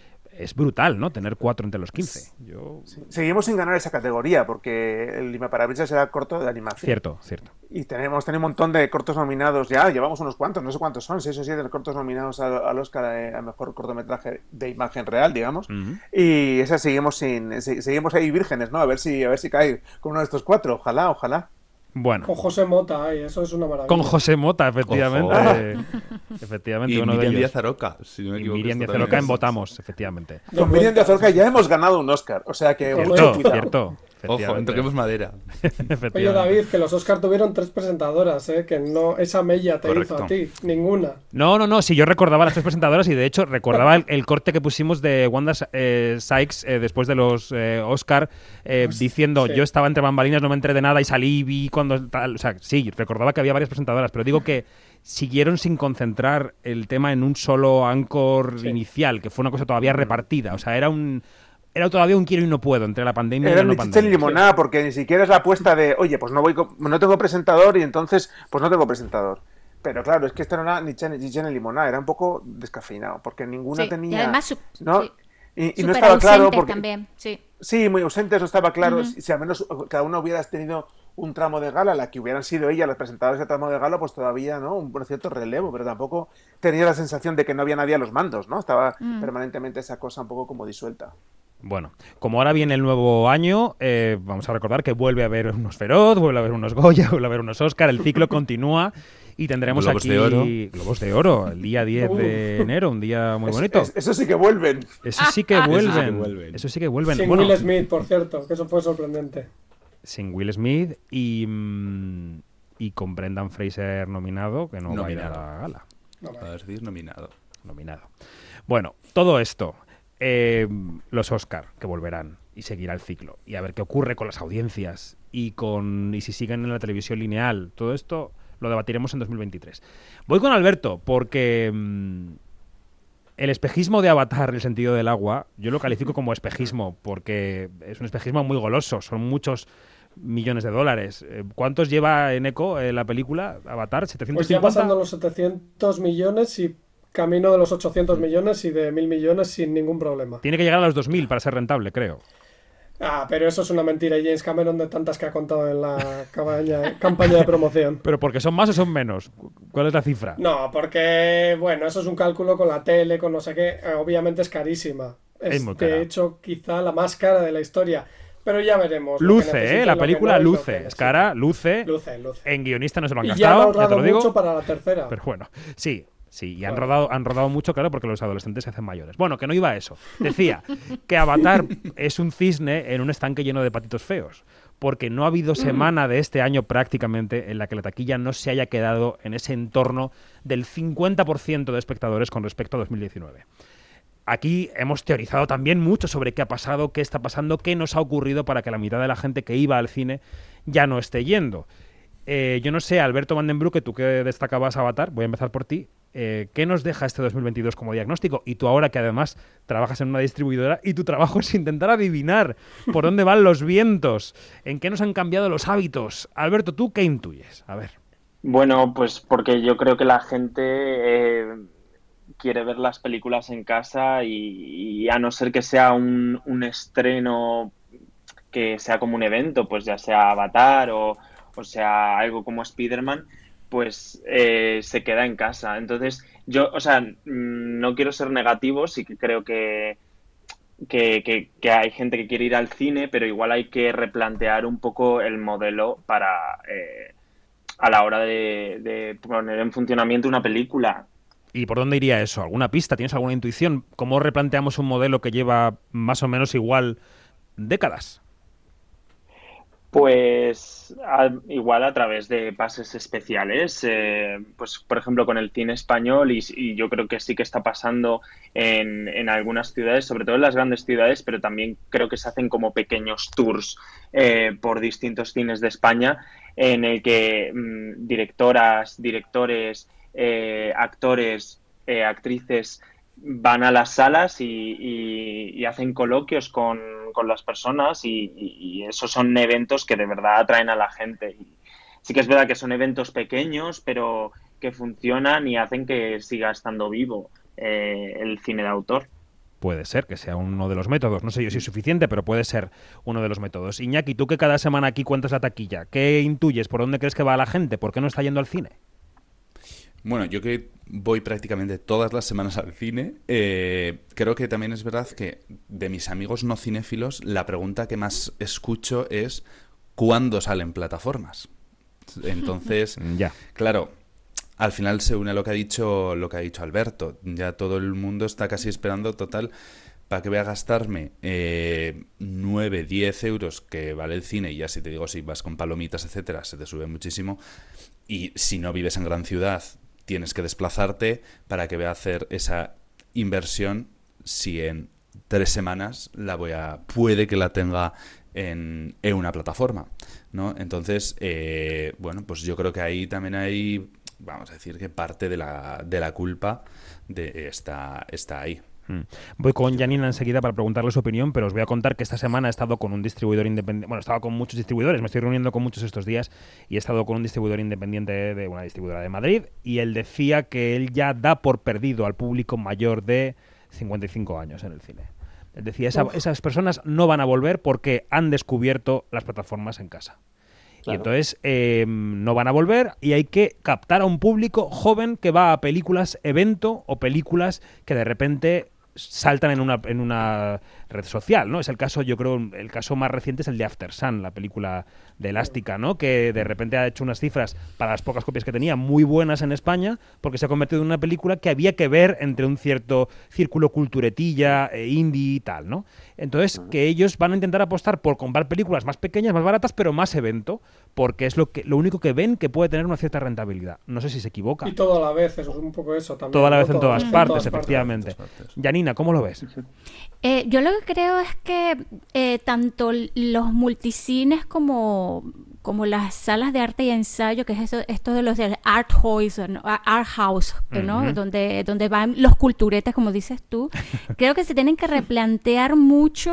Speaker 1: Es brutal, ¿no?, tener cuatro entre los quince. Yo...
Speaker 10: Sí. Seguimos sin ganar esa categoría, porque el limpiaparabrisas era corto de animación.
Speaker 1: Cierto, cierto.
Speaker 10: Y tenemos, tenemos un montón de cortos nominados, ya llevamos unos cuantos, no sé cuántos son, seis o siete cortos nominados al, al Oscar a, a mejor cortometraje de imagen real, digamos. Uh-huh. Y esas seguimos sin, seguimos ahí vírgenes, ¿no? A ver si, a ver si cae con uno de estos cuatro, ojalá, ojalá.
Speaker 1: Bueno.
Speaker 11: Con José Mota, ay, eso es una maravilla.
Speaker 1: Con José Mota, efectivamente. efectivamente,
Speaker 9: y
Speaker 1: uno
Speaker 9: Miriam
Speaker 1: de
Speaker 9: Díaz Aroca, si no me equivoco.
Speaker 1: Y Miriam Díaz Aroca en Votamos, efectivamente.
Speaker 10: Con Miriam Díaz Aroca ya hemos ganado un Oscar, o sea que...
Speaker 1: Cierto,
Speaker 10: mucho cuidado.
Speaker 1: cierto.
Speaker 9: Ojo, toquemos madera.
Speaker 11: Oye, David, que los Oscar tuvieron tres presentadoras, ¿eh? Que no, esa mella te Correcto. hizo a ti, ninguna.
Speaker 1: No, no, no, sí, yo recordaba las tres presentadoras y de hecho recordaba el, el corte que pusimos de Wanda eh, Sykes eh, después de los eh, Oscar eh, pues, diciendo, sí. yo estaba entre bambalinas, no me enteré de nada y salí y vi cuando tal, o sea, sí, recordaba que había varias presentadoras, pero digo que siguieron sin concentrar el tema en un solo anchor sí. inicial, que fue una cosa todavía repartida, o sea, era un... Era todavía un quiero y no puedo entre la pandemia
Speaker 10: era
Speaker 1: y la no pandemia.
Speaker 10: Era limonada, porque ni siquiera es la apuesta de, oye, pues no voy, no tengo presentador y entonces, pues no tengo presentador. Pero claro, es que esto no era ni chen ni limonada, era un poco descafeinado, porque ninguna
Speaker 8: sí,
Speaker 10: tenía...
Speaker 8: Y además,
Speaker 10: ¿no?
Speaker 8: sí.
Speaker 10: Y, y no estaba claro porque
Speaker 8: también, sí.
Speaker 10: Sí, muy ausentes, no estaba claro uh-huh. si, si al menos cada uno hubiera tenido un tramo de gala, la que hubieran sido ellas las presentadoras de tramo de gala, pues todavía, ¿no? Un cierto relevo, pero tampoco tenía la sensación de que no había nadie a los mandos, ¿no? Estaba uh-huh. permanentemente esa cosa un poco como disuelta.
Speaker 1: Bueno, como ahora viene el nuevo año, eh, vamos a recordar que vuelve a haber unos Feroz, vuelve a haber unos Goya, vuelve a haber unos Oscar, el ciclo continúa y tendremos
Speaker 9: Globos
Speaker 1: aquí
Speaker 9: de oro.
Speaker 1: Globos de Oro, el día diez de enero, un día muy bonito.
Speaker 10: Es, es, eso sí que vuelven.
Speaker 1: Eso sí que vuelven. Eso sí que vuelven. Eso sí que vuelven.
Speaker 11: Sin
Speaker 1: bueno,
Speaker 11: Will Smith, por cierto, que eso fue sorprendente.
Speaker 1: Sin Will Smith y, y con Brendan Fraser nominado, que no nominado. va a ir a la gala.
Speaker 11: No,
Speaker 9: a decir nominado.
Speaker 1: Nominado. Bueno, todo esto, eh, los Oscar, que volverán y seguirá el ciclo, y a ver qué ocurre con las audiencias y con y si siguen en la televisión lineal, todo esto lo debatiremos en dos mil veintitrés. Voy con Alberto, porque mmm, el espejismo de Avatar, el sentido del agua, yo lo califico como espejismo, porque es un espejismo muy goloso, son muchos millones de dólares. ¿Cuántos lleva en eco eh, la película Avatar? ¿setecientos cincuenta?
Speaker 11: Pues ya pasando los setecientos millones y camino de los ochocientos millones y de mil millones sin ningún problema.
Speaker 1: Tiene que llegar a los dos mil para ser rentable, creo.
Speaker 11: Ah, pero eso es una mentira. Y James Cameron de tantas que ha contado en la campaña, campaña de promoción.
Speaker 1: ¿Pero porque son más o son menos? ¿Cuál es la cifra?
Speaker 11: No, porque, bueno, eso es un cálculo con la tele, con no sé qué. Eh, obviamente es carísima. Es,
Speaker 1: es muy cara.
Speaker 11: De hecho, quizá la más cara de la historia. Pero ya veremos.
Speaker 1: Luce, ¿eh? La película no luce. Es cara, luce.
Speaker 11: Luce, luce.
Speaker 1: En guionista no se lo han
Speaker 11: y
Speaker 1: gastado,
Speaker 11: ya han ahorrado
Speaker 1: ya te lo digo.
Speaker 11: mucho para la tercera.
Speaker 1: Pero bueno, sí. Sí, y han rodado, han rodado mucho, claro, porque los adolescentes se hacen mayores. Bueno, que no iba a eso. Decía que Avatar es un cisne en un estanque lleno de patitos feos, porque no ha habido semana de este año prácticamente en la que la taquilla no se haya quedado en ese entorno del cincuenta por ciento de espectadores con respecto a dos mil diecinueve. Aquí hemos teorizado también mucho sobre qué ha pasado, qué está pasando, qué nos ha ocurrido para que la mitad de la gente que iba al cine ya no esté yendo. Eh, yo no sé, Alberto Van den Broeke, tú que destacabas Avatar, voy a empezar por ti. Eh, ¿Qué nos deja este dos mil veintidós como diagnóstico? Y tú ahora que además trabajas en una distribuidora y tu trabajo es intentar adivinar por dónde van los vientos, en qué nos han cambiado los hábitos. Alberto, ¿tú qué intuyes? A ver.
Speaker 12: Bueno, pues porque yo creo que la gente eh, quiere ver las películas en casa y, y a no ser que sea un, un estreno que sea como un evento, pues ya sea Avatar o, o sea algo como Spider-Man, pues eh, se queda en casa. Entonces, yo, o sea, no quiero ser negativo, sí que creo que, que, que, que hay gente que quiere ir al cine, pero igual hay que replantear un poco el modelo para eh, a la hora de, de poner en funcionamiento una película.
Speaker 1: ¿Y por dónde iría eso? ¿Alguna pista? ¿Tienes alguna intuición? ¿Cómo replanteamos un modelo que lleva más o menos igual décadas?
Speaker 12: Pues a, igual a través de pases especiales, eh, pues por ejemplo con el cine español y, y yo creo que sí que está pasando en, en algunas ciudades, sobre todo en las grandes ciudades, pero también creo que se hacen como pequeños tours eh, por distintos cines de España en el que mmm, directoras, directores, eh, actores, eh, actrices van a las salas y, y, y hacen coloquios con, con las personas y, y, y esos son eventos que de verdad atraen a la gente. Y sí que es verdad que son eventos pequeños, pero que funcionan y hacen que siga estando vivo eh, el cine de autor.
Speaker 1: Puede ser que sea uno de los métodos. No sé yo si es suficiente, pero puede ser uno de los métodos. Iñaki, tú que cada semana aquí cuentas la taquilla, ¿qué intuyes? ¿Por dónde crees que va la gente? ¿Por qué no está yendo al cine?
Speaker 9: Bueno, yo que voy prácticamente todas las semanas al cine, eh, creo que también es verdad que de mis amigos no cinéfilos, la pregunta que más escucho es ¿cuándo salen plataformas? Entonces,
Speaker 1: ya.
Speaker 9: Claro, al final se une a lo que ha dicho, lo que ha dicho Alberto. Ya todo el mundo está casi esperando, total, ¿para qué voy a gastarme eh, nueve, diez euros que vale el cine? Y ya si te digo, si vas con palomitas, etcétera, se te sube muchísimo. Y si no vives en gran ciudad, tienes que desplazarte para que vea hacer esa inversión si en tres semanas la voy a puede que la tenga en, en una plataforma, ¿no? Entonces, eh, bueno, pues yo creo que ahí también hay, vamos a decir que parte de la, de la culpa de está, está ahí.
Speaker 1: Voy con Janina enseguida para preguntarle su opinión, pero os voy a contar que esta semana he estado con un distribuidor independiente, bueno, he estado con muchos distribuidores, me estoy reuniendo con muchos estos días y he estado con un distribuidor independiente de una distribuidora de Madrid y él decía que él ya da por perdido al público mayor de cincuenta y cinco años en el cine. Él decía, esa, esas personas no van a volver porque han descubierto las plataformas en casa. Claro. Y entonces eh, no van a volver y hay que captar a un público joven que va a películas evento o películas que de repente saltan en una en una red social, ¿no? Es el caso, yo creo, el caso más reciente es el de After Sun, la película de Elástica, ¿no? Que de repente ha hecho unas cifras, para las pocas copias que tenía, muy buenas en España, porque se ha convertido en una película que había que ver entre un cierto círculo culturetilla, eh, indie y tal, ¿no? Entonces, que ellos van a intentar apostar por comprar películas más pequeñas, más baratas, pero más evento, porque es lo que lo único que ven que puede tener una cierta rentabilidad. No sé si se equivoca.
Speaker 11: Y todo a la vez, eso es un poco eso también.
Speaker 1: Toda la
Speaker 11: ¿no?
Speaker 1: vez en
Speaker 11: Todo,
Speaker 1: todas
Speaker 11: en
Speaker 1: partes,
Speaker 11: todas
Speaker 1: efectivamente.
Speaker 11: partes.
Speaker 1: Janina, ¿cómo lo ves?
Speaker 8: Eh, yo lo que creo es que eh, tanto los multicines como, como las salas de arte y ensayo, que es esto, esto de los del art house, ¿no? Art house, ¿no? Uh-huh. donde, donde van los culturetas, como dices tú, creo que se tienen que replantear mucho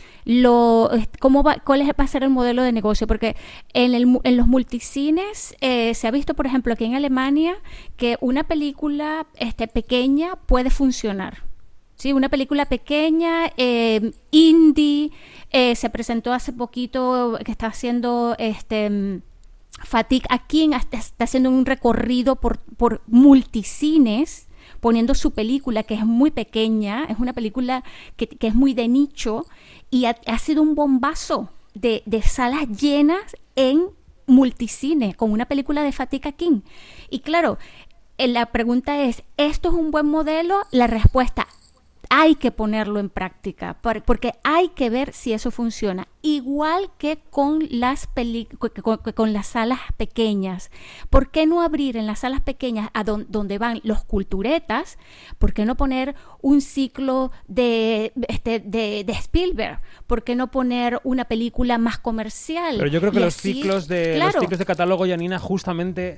Speaker 8: lo cómo va, cuál es, va a ser el modelo de negocio, porque en, el, en los multicines eh, se ha visto, por ejemplo, aquí en Alemania, que una película este, pequeña puede funcionar. Sí, una película pequeña, eh, indie, eh, se presentó hace poquito, que está haciendo este Fatih Akin, está haciendo un recorrido por, por multicines, poniendo su película, que es muy pequeña, es una película que, que es muy de nicho, y ha, ha sido un bombazo de, de salas llenas en multicine, con una película de Fatih Akin. Y claro, la pregunta es, ¿esto es un buen modelo? La respuesta, hay que ponerlo en práctica, porque hay que ver si eso funciona. Igual que con las, peli- con, con las salas pequeñas. ¿Por qué no abrir en las salas pequeñas a don- donde van los culturetas? ¿Por qué no poner un ciclo de, este, de, de Spielberg? ¿Por qué no poner una película más comercial?
Speaker 1: Pero yo creo que
Speaker 8: y
Speaker 1: los,
Speaker 8: así,
Speaker 1: ciclos de,
Speaker 8: claro.
Speaker 1: los ciclos de catálogo, Janina, justamente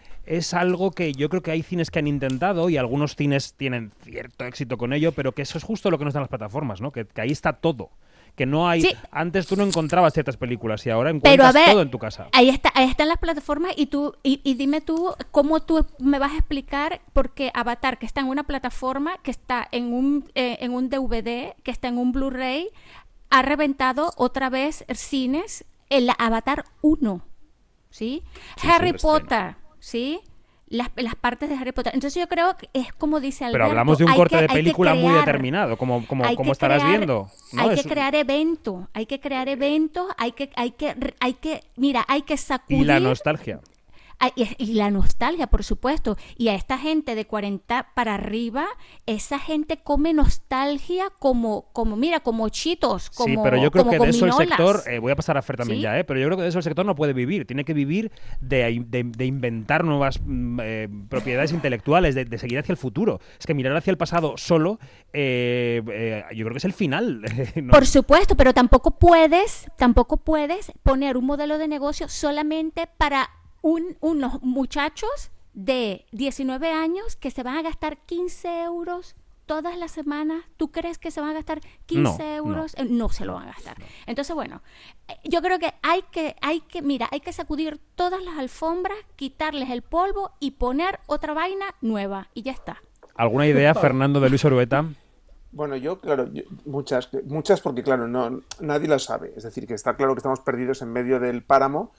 Speaker 1: es algo que yo creo que hay cines que han intentado y algunos cines tienen cierto éxito con ello, pero que eso es justo lo que nos dan las plataformas, ¿no? Que, que ahí está todo. Que no hay... Sí. Antes tú no encontrabas ciertas películas y ahora encuentras pero a ver, todo en tu casa.
Speaker 8: Ahí está, ahí están las plataformas y tú y, y dime tú cómo tú me vas a explicar porque Avatar, que está en una plataforma, que está en un, eh, en un D V D, que está en un Blu-ray, ha reventado otra vez cines en la Avatar uno, ¿sí? sí Harry Potter, ¿sí? Las, las partes de Harry Potter. Entonces yo creo que es como dice Alberto.
Speaker 1: Pero hablamos de un corte
Speaker 8: que,
Speaker 1: de película
Speaker 8: crear,
Speaker 1: muy determinado, como, como, como estarás
Speaker 8: crear,
Speaker 1: viendo. ¿No?
Speaker 8: Hay
Speaker 1: es...
Speaker 8: que crear eventos, hay que crear eventos, hay que, hay que, hay que, mira, hay que sacudir.
Speaker 1: Y la nostalgia.
Speaker 8: Y, y la nostalgia, por supuesto. Y a esta gente de cuarenta para arriba, esa gente come nostalgia como, como mira, como chitos, como
Speaker 1: Sí, pero yo creo que de eso el sector, eh, voy a pasar a Fer también ¿Sí? ya, eh, pero yo creo que de eso el sector no puede vivir. Tiene que vivir de, de, de inventar nuevas eh, propiedades intelectuales, de, de seguir hacia el futuro. Es que mirar hacia el pasado solo, eh, eh, yo creo que es el final. ¿no?
Speaker 8: Por supuesto, pero tampoco puedes, tampoco puedes poner un modelo de negocio solamente para Un, unos muchachos de diecinueve años que se van a gastar quince euros todas las semanas. ¿Tú crees que se van a gastar quince
Speaker 1: no,
Speaker 8: euros?
Speaker 1: No.
Speaker 8: no se lo van a gastar. No. Entonces, bueno, yo creo que hay que, hay que, mira, hay que sacudir todas las alfombras, quitarles el polvo y poner otra vaina nueva y ya está.
Speaker 1: ¿Alguna idea, Fernando, de Luis Orueta?
Speaker 10: Bueno, yo, claro, yo, muchas, muchas porque, claro, no nadie lo sabe. Es decir, que está claro que estamos perdidos en medio del páramo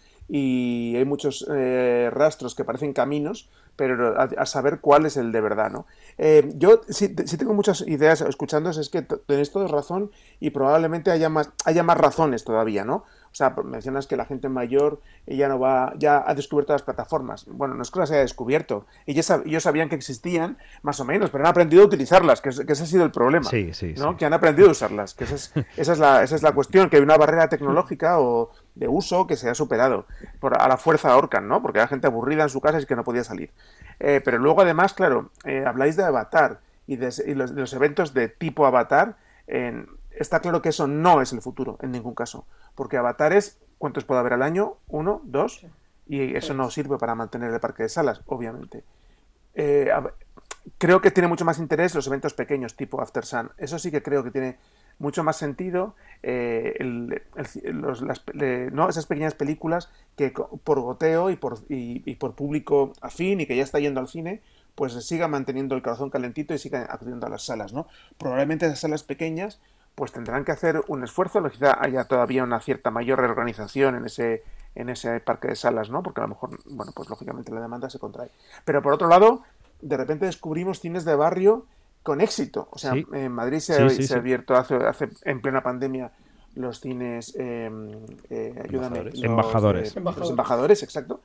Speaker 10: y hay muchos eh, rastros que parecen caminos, pero a, a saber cuál es el de verdad, ¿no? Eh, yo sí, sí tengo muchas ideas escuchándoos, es que tenéis todos razón y probablemente haya más, haya más razones todavía, ¿no? O sea, mencionas que la gente mayor ya no va, ya ha descubierto las plataformas. Bueno, no es que las haya descubierto. Ellos, ellos sabían que existían, más o menos, pero han aprendido a utilizarlas, que, es, que ese ha sido el problema.
Speaker 1: Sí, sí,
Speaker 10: ¿no?
Speaker 1: sí.
Speaker 10: Que han aprendido a usarlas. Que esa es, esa es la, esa es la cuestión, que hay una barrera tecnológica o de uso que se ha superado. Por, a la fuerza ahorcan, ¿no? Porque hay gente aburrida en su casa y que no podía salir. Eh, pero luego, además, claro, eh, habláis de Avatar y de, y los, de los eventos de tipo Avatar. En, está claro que eso no es el futuro, en ningún caso. Porque Avatar es, ¿cuántos puede haber al año? ¿Uno? ¿Dos? Y eso no sirve para mantener el parque de salas, obviamente. Eh, creo que tiene mucho más interés los eventos pequeños, tipo After Sun. Eso sí que creo que tiene mucho más sentido eh, el, el, los, las, eh, ¿no? esas pequeñas películas que por goteo y por, y, y por público afín y que ya está yendo al cine, pues siga manteniendo el corazón calentito y siga acudiendo a las salas, ¿no? Probablemente esas salas pequeñas pues tendrán que hacer un esfuerzo, quizá haya todavía una cierta mayor reorganización en ese en ese parque de salas, ¿no? Porque a lo mejor, bueno, pues lógicamente la demanda se contrae. Pero por otro lado, de repente descubrimos cines de barrio con éxito. O sea,
Speaker 1: sí.
Speaker 10: en Madrid se,
Speaker 1: sí, sí,
Speaker 10: se ha
Speaker 1: sí.
Speaker 10: abierto hace, hace en plena pandemia los cines, eh, eh, ayúdame,
Speaker 1: embajadores.
Speaker 10: Los,
Speaker 1: Embajadores.
Speaker 10: Eh, los embajadores, exacto.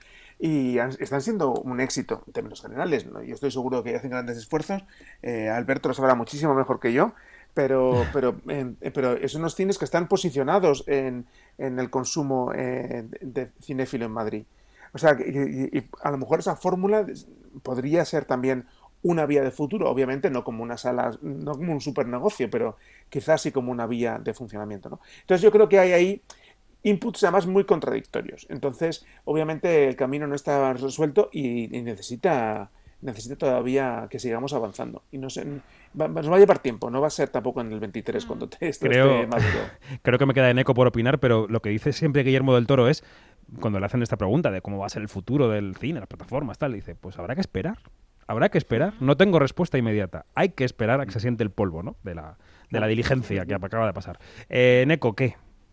Speaker 10: Y han, están siendo un éxito en términos generales, ¿no? Yo estoy seguro que hacen grandes esfuerzos. Eh, Alberto lo sabrá muchísimo mejor que yo. Pero, pero, eh, pero son unos cines que están posicionados en, en el consumo eh, de cinéfilo en Madrid. O sea, y, y a lo mejor esa fórmula podría ser también una vía de futuro, obviamente no como una sala, no como un super negocio, pero quizás sí como una vía de funcionamiento, ¿no? Entonces yo creo que hay ahí inputs además muy contradictorios. Entonces, obviamente el camino no está resuelto y, y necesita... necesita todavía que sigamos avanzando. Y no sé, va, nos va a llevar tiempo, no va a ser tampoco en el veintitrés cuando te, esto
Speaker 1: creo,
Speaker 10: esté maduro.
Speaker 1: Creo que me queda en eco por opinar, pero lo que dice siempre Guillermo del Toro es, cuando le hacen esta pregunta de cómo va a ser el futuro del cine, las plataformas, tal, dice, pues habrá que esperar. Habrá que esperar. No tengo respuesta inmediata. Hay que esperar a que se siente el polvo, ¿no? De la, de la diligencia que acaba de pasar. Eh, Neko, ¿qué?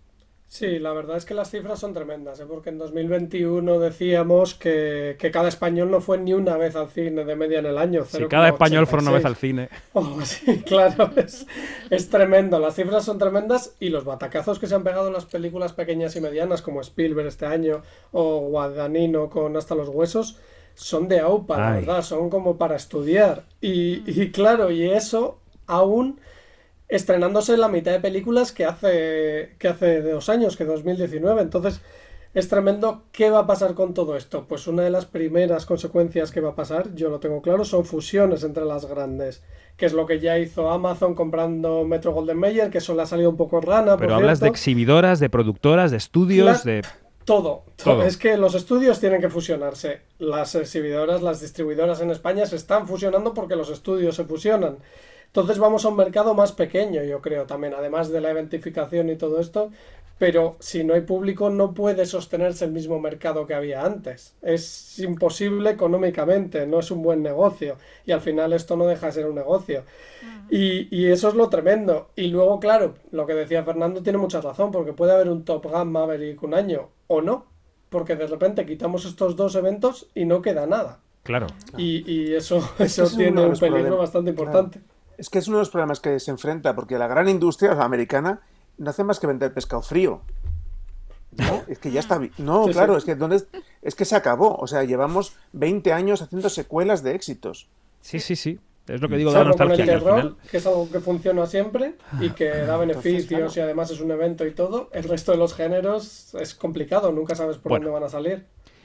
Speaker 11: Sí, la verdad es que las cifras son tremendas, ¿eh? Porque en dos mil veintiuno decíamos que, que cada español no fue ni una vez al cine de media en el año.
Speaker 1: Si cada español fuera una vez al cine.
Speaker 11: Oh, sí, claro, es, es tremendo. Las cifras son tremendas y los batacazos que se han pegado en las películas pequeñas y medianas como Spielberg este año o Guadagnino con Hasta los huesos son de aupa, la verdad, son como para estudiar. Y, y claro, y eso aún... estrenándose la mitad de películas que hace que hace dos años, que dos mil diecinueve. Entonces es tremendo. ¿Qué va a pasar con todo esto? Pues una de las primeras consecuencias que va a pasar, yo lo tengo claro, son fusiones entre las grandes, que es lo que ya hizo Amazon comprando Metro Golden Mayer, que eso le ha salido un poco rana.
Speaker 1: Pero
Speaker 11: por
Speaker 1: hablas
Speaker 11: cierto.
Speaker 1: de exhibidoras, de productoras, de estudios,
Speaker 11: La...
Speaker 1: de...
Speaker 11: Todo,
Speaker 1: todo.
Speaker 11: Es que los estudios tienen que fusionarse. Las exhibidoras, las distribuidoras en España se están fusionando porque los estudios se fusionan. Entonces vamos a un mercado más pequeño, yo creo, también, además de la eventificación y todo esto, pero si no hay público no puede sostenerse el mismo mercado que había antes. Es imposible económicamente, no es un buen negocio, y al final esto no deja de ser un negocio. Y, y eso es lo tremendo. Y luego, claro, lo que decía Fernando tiene mucha razón, porque puede haber un Top Gun Maverick un año, o no, porque de repente quitamos estos dos eventos y no queda nada.
Speaker 1: Claro.
Speaker 11: Y, y eso,
Speaker 10: Es
Speaker 11: eso
Speaker 10: que es
Speaker 11: tiene
Speaker 10: uno de
Speaker 11: un
Speaker 10: los
Speaker 11: peligro
Speaker 10: problemas.
Speaker 11: bastante importante.
Speaker 10: Claro. Es que es uno de los problemas que se enfrenta, porque la gran industria, o sea, americana, no hace más que vender pescado frío. ¿No? Es que ya está... vi- No,
Speaker 11: Sí,
Speaker 10: claro,
Speaker 11: sí.
Speaker 10: es que ¿dónde es? es que se acabó. O sea, llevamos veinte años haciendo secuelas de éxitos.
Speaker 1: Sí, sí, sí. Es lo que digo de la
Speaker 11: Salvo con el
Speaker 1: nostalgia. Que al
Speaker 11: terror,
Speaker 1: final...
Speaker 11: que es algo que funciona siempre y que da beneficios.
Speaker 10: Entonces, claro.
Speaker 11: Y además es un evento y todo, el resto de los géneros es complicado, nunca sabes por
Speaker 1: Bueno.
Speaker 11: dónde van a salir.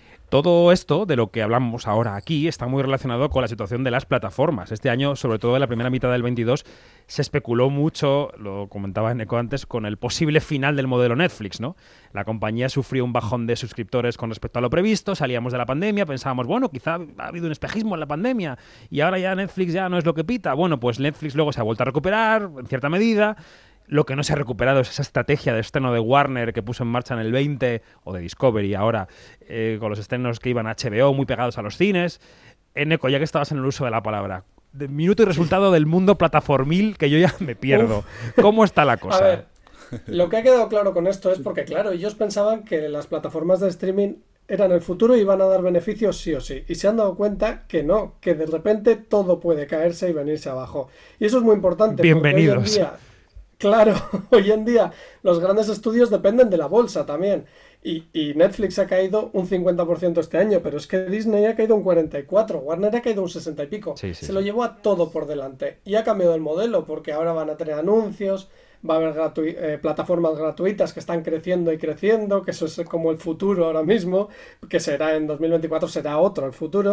Speaker 1: Todo esto de lo que hablamos ahora aquí está muy relacionado con la situación de las plataformas. Este año, sobre todo en la primera mitad del veintidós, se especuló mucho, lo comentaba Neko antes, con el posible final del modelo Netflix, ¿no? La compañía sufrió un bajón de suscriptores con respecto a lo previsto, salíamos de la pandemia, pensábamos, bueno, quizá ha habido un espejismo en la pandemia y ahora ya Netflix ya no es lo que pita. Bueno, pues Netflix luego se ha vuelto a recuperar, en cierta medida. Lo que no se ha recuperado es esa estrategia de estreno de Warner que puso en marcha en el veinte, o de Discovery ahora, eh, con los estrenos que iban a H B O muy pegados a los cines. Eneco, ya que estabas en el uso de la palabra, de minuto y resultado del mundo plataformil, que yo ya me pierdo.
Speaker 11: Uf.
Speaker 1: ¿Cómo está la cosa?
Speaker 11: A ver, lo que ha quedado claro con esto es porque, claro, ellos pensaban que las plataformas de streaming eran el futuro y iban a dar beneficios sí o sí. Y se han dado cuenta que no, que de repente todo puede caerse y venirse abajo. Y eso es muy importante.
Speaker 1: Bienvenidos.
Speaker 11: Porque hoy en día, claro, hoy en día los grandes estudios dependen de la bolsa también. Y, y Netflix ha caído un cincuenta por ciento este año, pero es que Disney ha caído un cuarenta y cuatro por ciento, Warner ha caído un sesenta y pico.
Speaker 1: Sí, sí,
Speaker 11: Se
Speaker 1: sí.
Speaker 11: lo llevó a todo por delante. Y ha cambiado el modelo, porque ahora van a tener anuncios, va a haber gratu- eh, plataformas gratuitas que están creciendo y creciendo, que eso es como el futuro ahora mismo, que será en dos mil veinticuatro, será otro el futuro.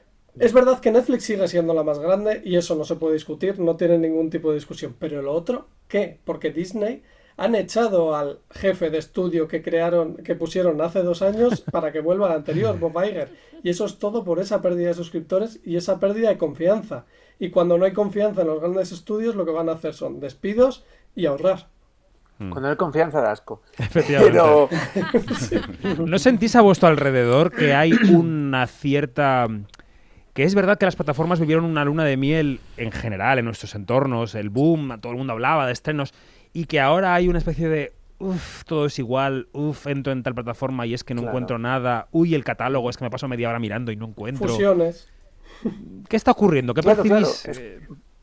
Speaker 11: Es verdad que Netflix sigue siendo la más grande y eso no se puede discutir, no tiene ningún tipo de discusión. Pero lo otro, ¿qué? Porque Disney han echado al jefe de estudio que crearon, que pusieron hace dos años para que vuelva al anterior, Bob Iger. Y eso es todo por esa pérdida de suscriptores y esa pérdida de confianza. Y cuando no hay confianza en los grandes estudios, lo que van a hacer son despidos y ahorrar.
Speaker 10: Cuando hay confianza da asco.
Speaker 1: Efectivamente.
Speaker 10: Pero...
Speaker 1: ¿No sentís a vuestro alrededor que hay una cierta... Que es verdad que las plataformas vivieron una luna de miel en general, en nuestros entornos, el boom, todo el mundo hablaba de estrenos, y que ahora hay una especie de, uff, todo es igual, uff, entro en tal plataforma y es que no
Speaker 10: Claro.
Speaker 1: encuentro nada, uy, el catálogo, es que me paso media hora mirando y no encuentro.
Speaker 11: Fusiones.
Speaker 1: ¿Qué está ocurriendo? ¿Qué
Speaker 10: Claro,
Speaker 1: percibís?
Speaker 10: claro. Es-
Speaker 1: Eh,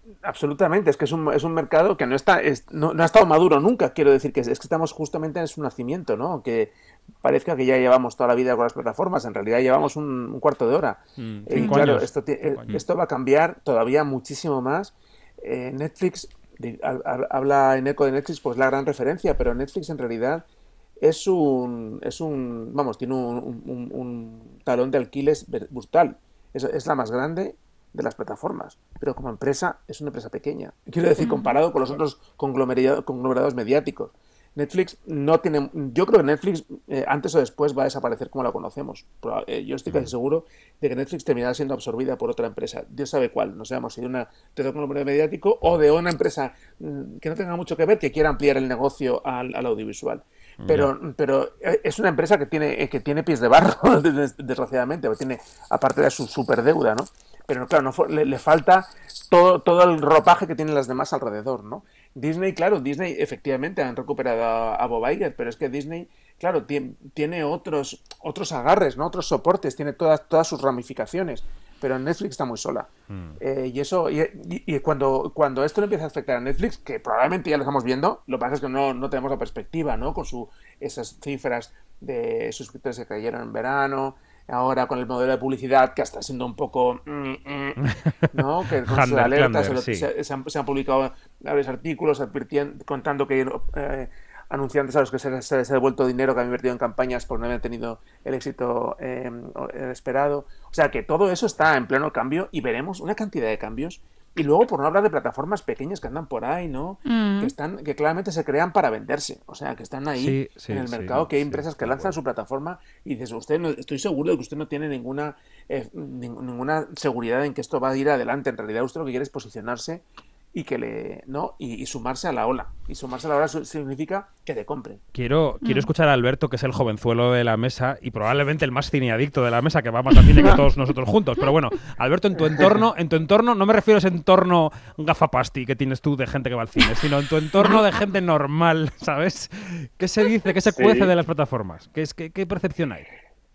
Speaker 10: Absolutamente, es que es un, es un mercado que no está es, no, no ha estado maduro nunca, quiero decir que es, es que estamos justamente en su nacimiento, ¿no? Que parezca que ya llevamos toda la vida con las plataformas, en realidad llevamos un, un cuarto de hora. Mm, y claro, años. Esto, eh, esto va a cambiar todavía muchísimo más. Eh, Netflix, de, a, a, habla en eco de Netflix, pues la gran referencia, pero Netflix en realidad es un, es un vamos, tiene un, un, un talón de alquiles brutal. Es, es la más grande de las plataformas, pero como empresa es una empresa pequeña. Quiero decir, comparado con los otros conglomerados, conglomerados mediáticos. Netflix no tiene... Yo creo que Netflix eh, antes o después va a desaparecer como la conocemos. Pero, eh, yo estoy casi seguro de que Netflix terminará siendo absorbida por otra empresa. Dios sabe cuál. No sabemos si de, una, de otro conglomerado mediático o de una empresa mmm, que no tenga mucho que ver, que quiera ampliar el negocio al, al audiovisual. Pero, yeah. pero es una empresa que tiene, que tiene pies de barro, desgraciadamente, tiene, aparte de su superdeuda, ¿no? Pero claro, no, le, le falta todo, todo el ropaje que tienen las demás alrededor, ¿no? Disney, claro, Disney efectivamente han recuperado a, a Bob Iger, pero es que Disney, claro, tiene, tiene otros, otros agarres, ¿no? Otros soportes, tiene todas, todas sus ramificaciones, pero Netflix está muy sola. Mm. Eh, y eso, y, y, y cuando, cuando esto le empieza a afectar a Netflix, que probablemente ya lo estamos viendo, lo que pasa es que no, no tenemos la perspectiva, ¿no? Con su, esas cifras de suscriptores que cayeron en verano, ahora con el modelo de publicidad que está siendo un poco mm, mm, ¿no? Que con sus alertas se, sí. se, se, han, se han publicado varios artículos advirtiendo, contando que eh, anunciantes a los que se les, se les ha devuelto dinero que han invertido en campañas por no haber tenido el éxito eh, esperado. O sea que todo eso está en pleno cambio y veremos una cantidad de cambios. Y luego, por no hablar de plataformas pequeñas que andan por ahí, ¿no? Mm. Que están, que claramente se crean para venderse. O sea, que están ahí sí, sí, en el mercado, sí, que hay empresas sí, que lanzan su plataforma y dices, usted no, estoy seguro de que usted no tiene ninguna eh, ninguna seguridad en que esto va a ir adelante. En realidad, usted lo que quiere es posicionarse y que le no y, y sumarse a la ola. Y sumarse a la ola significa que te compren.
Speaker 1: Quiero, quiero mm. escuchar a Alberto, que es el jovenzuelo de la mesa y probablemente el más cineadicto de la mesa, que va más a cine que todos nosotros juntos. Pero bueno, Alberto, en tu entorno, en tu entorno, no me refiero a ese entorno gafapasti que tienes tú de gente que va al cine, sino en tu entorno de gente normal, ¿sabes? ¿Qué se dice, qué se sí. cuece de las plataformas? ¿Qué, es, qué, qué percepción hay?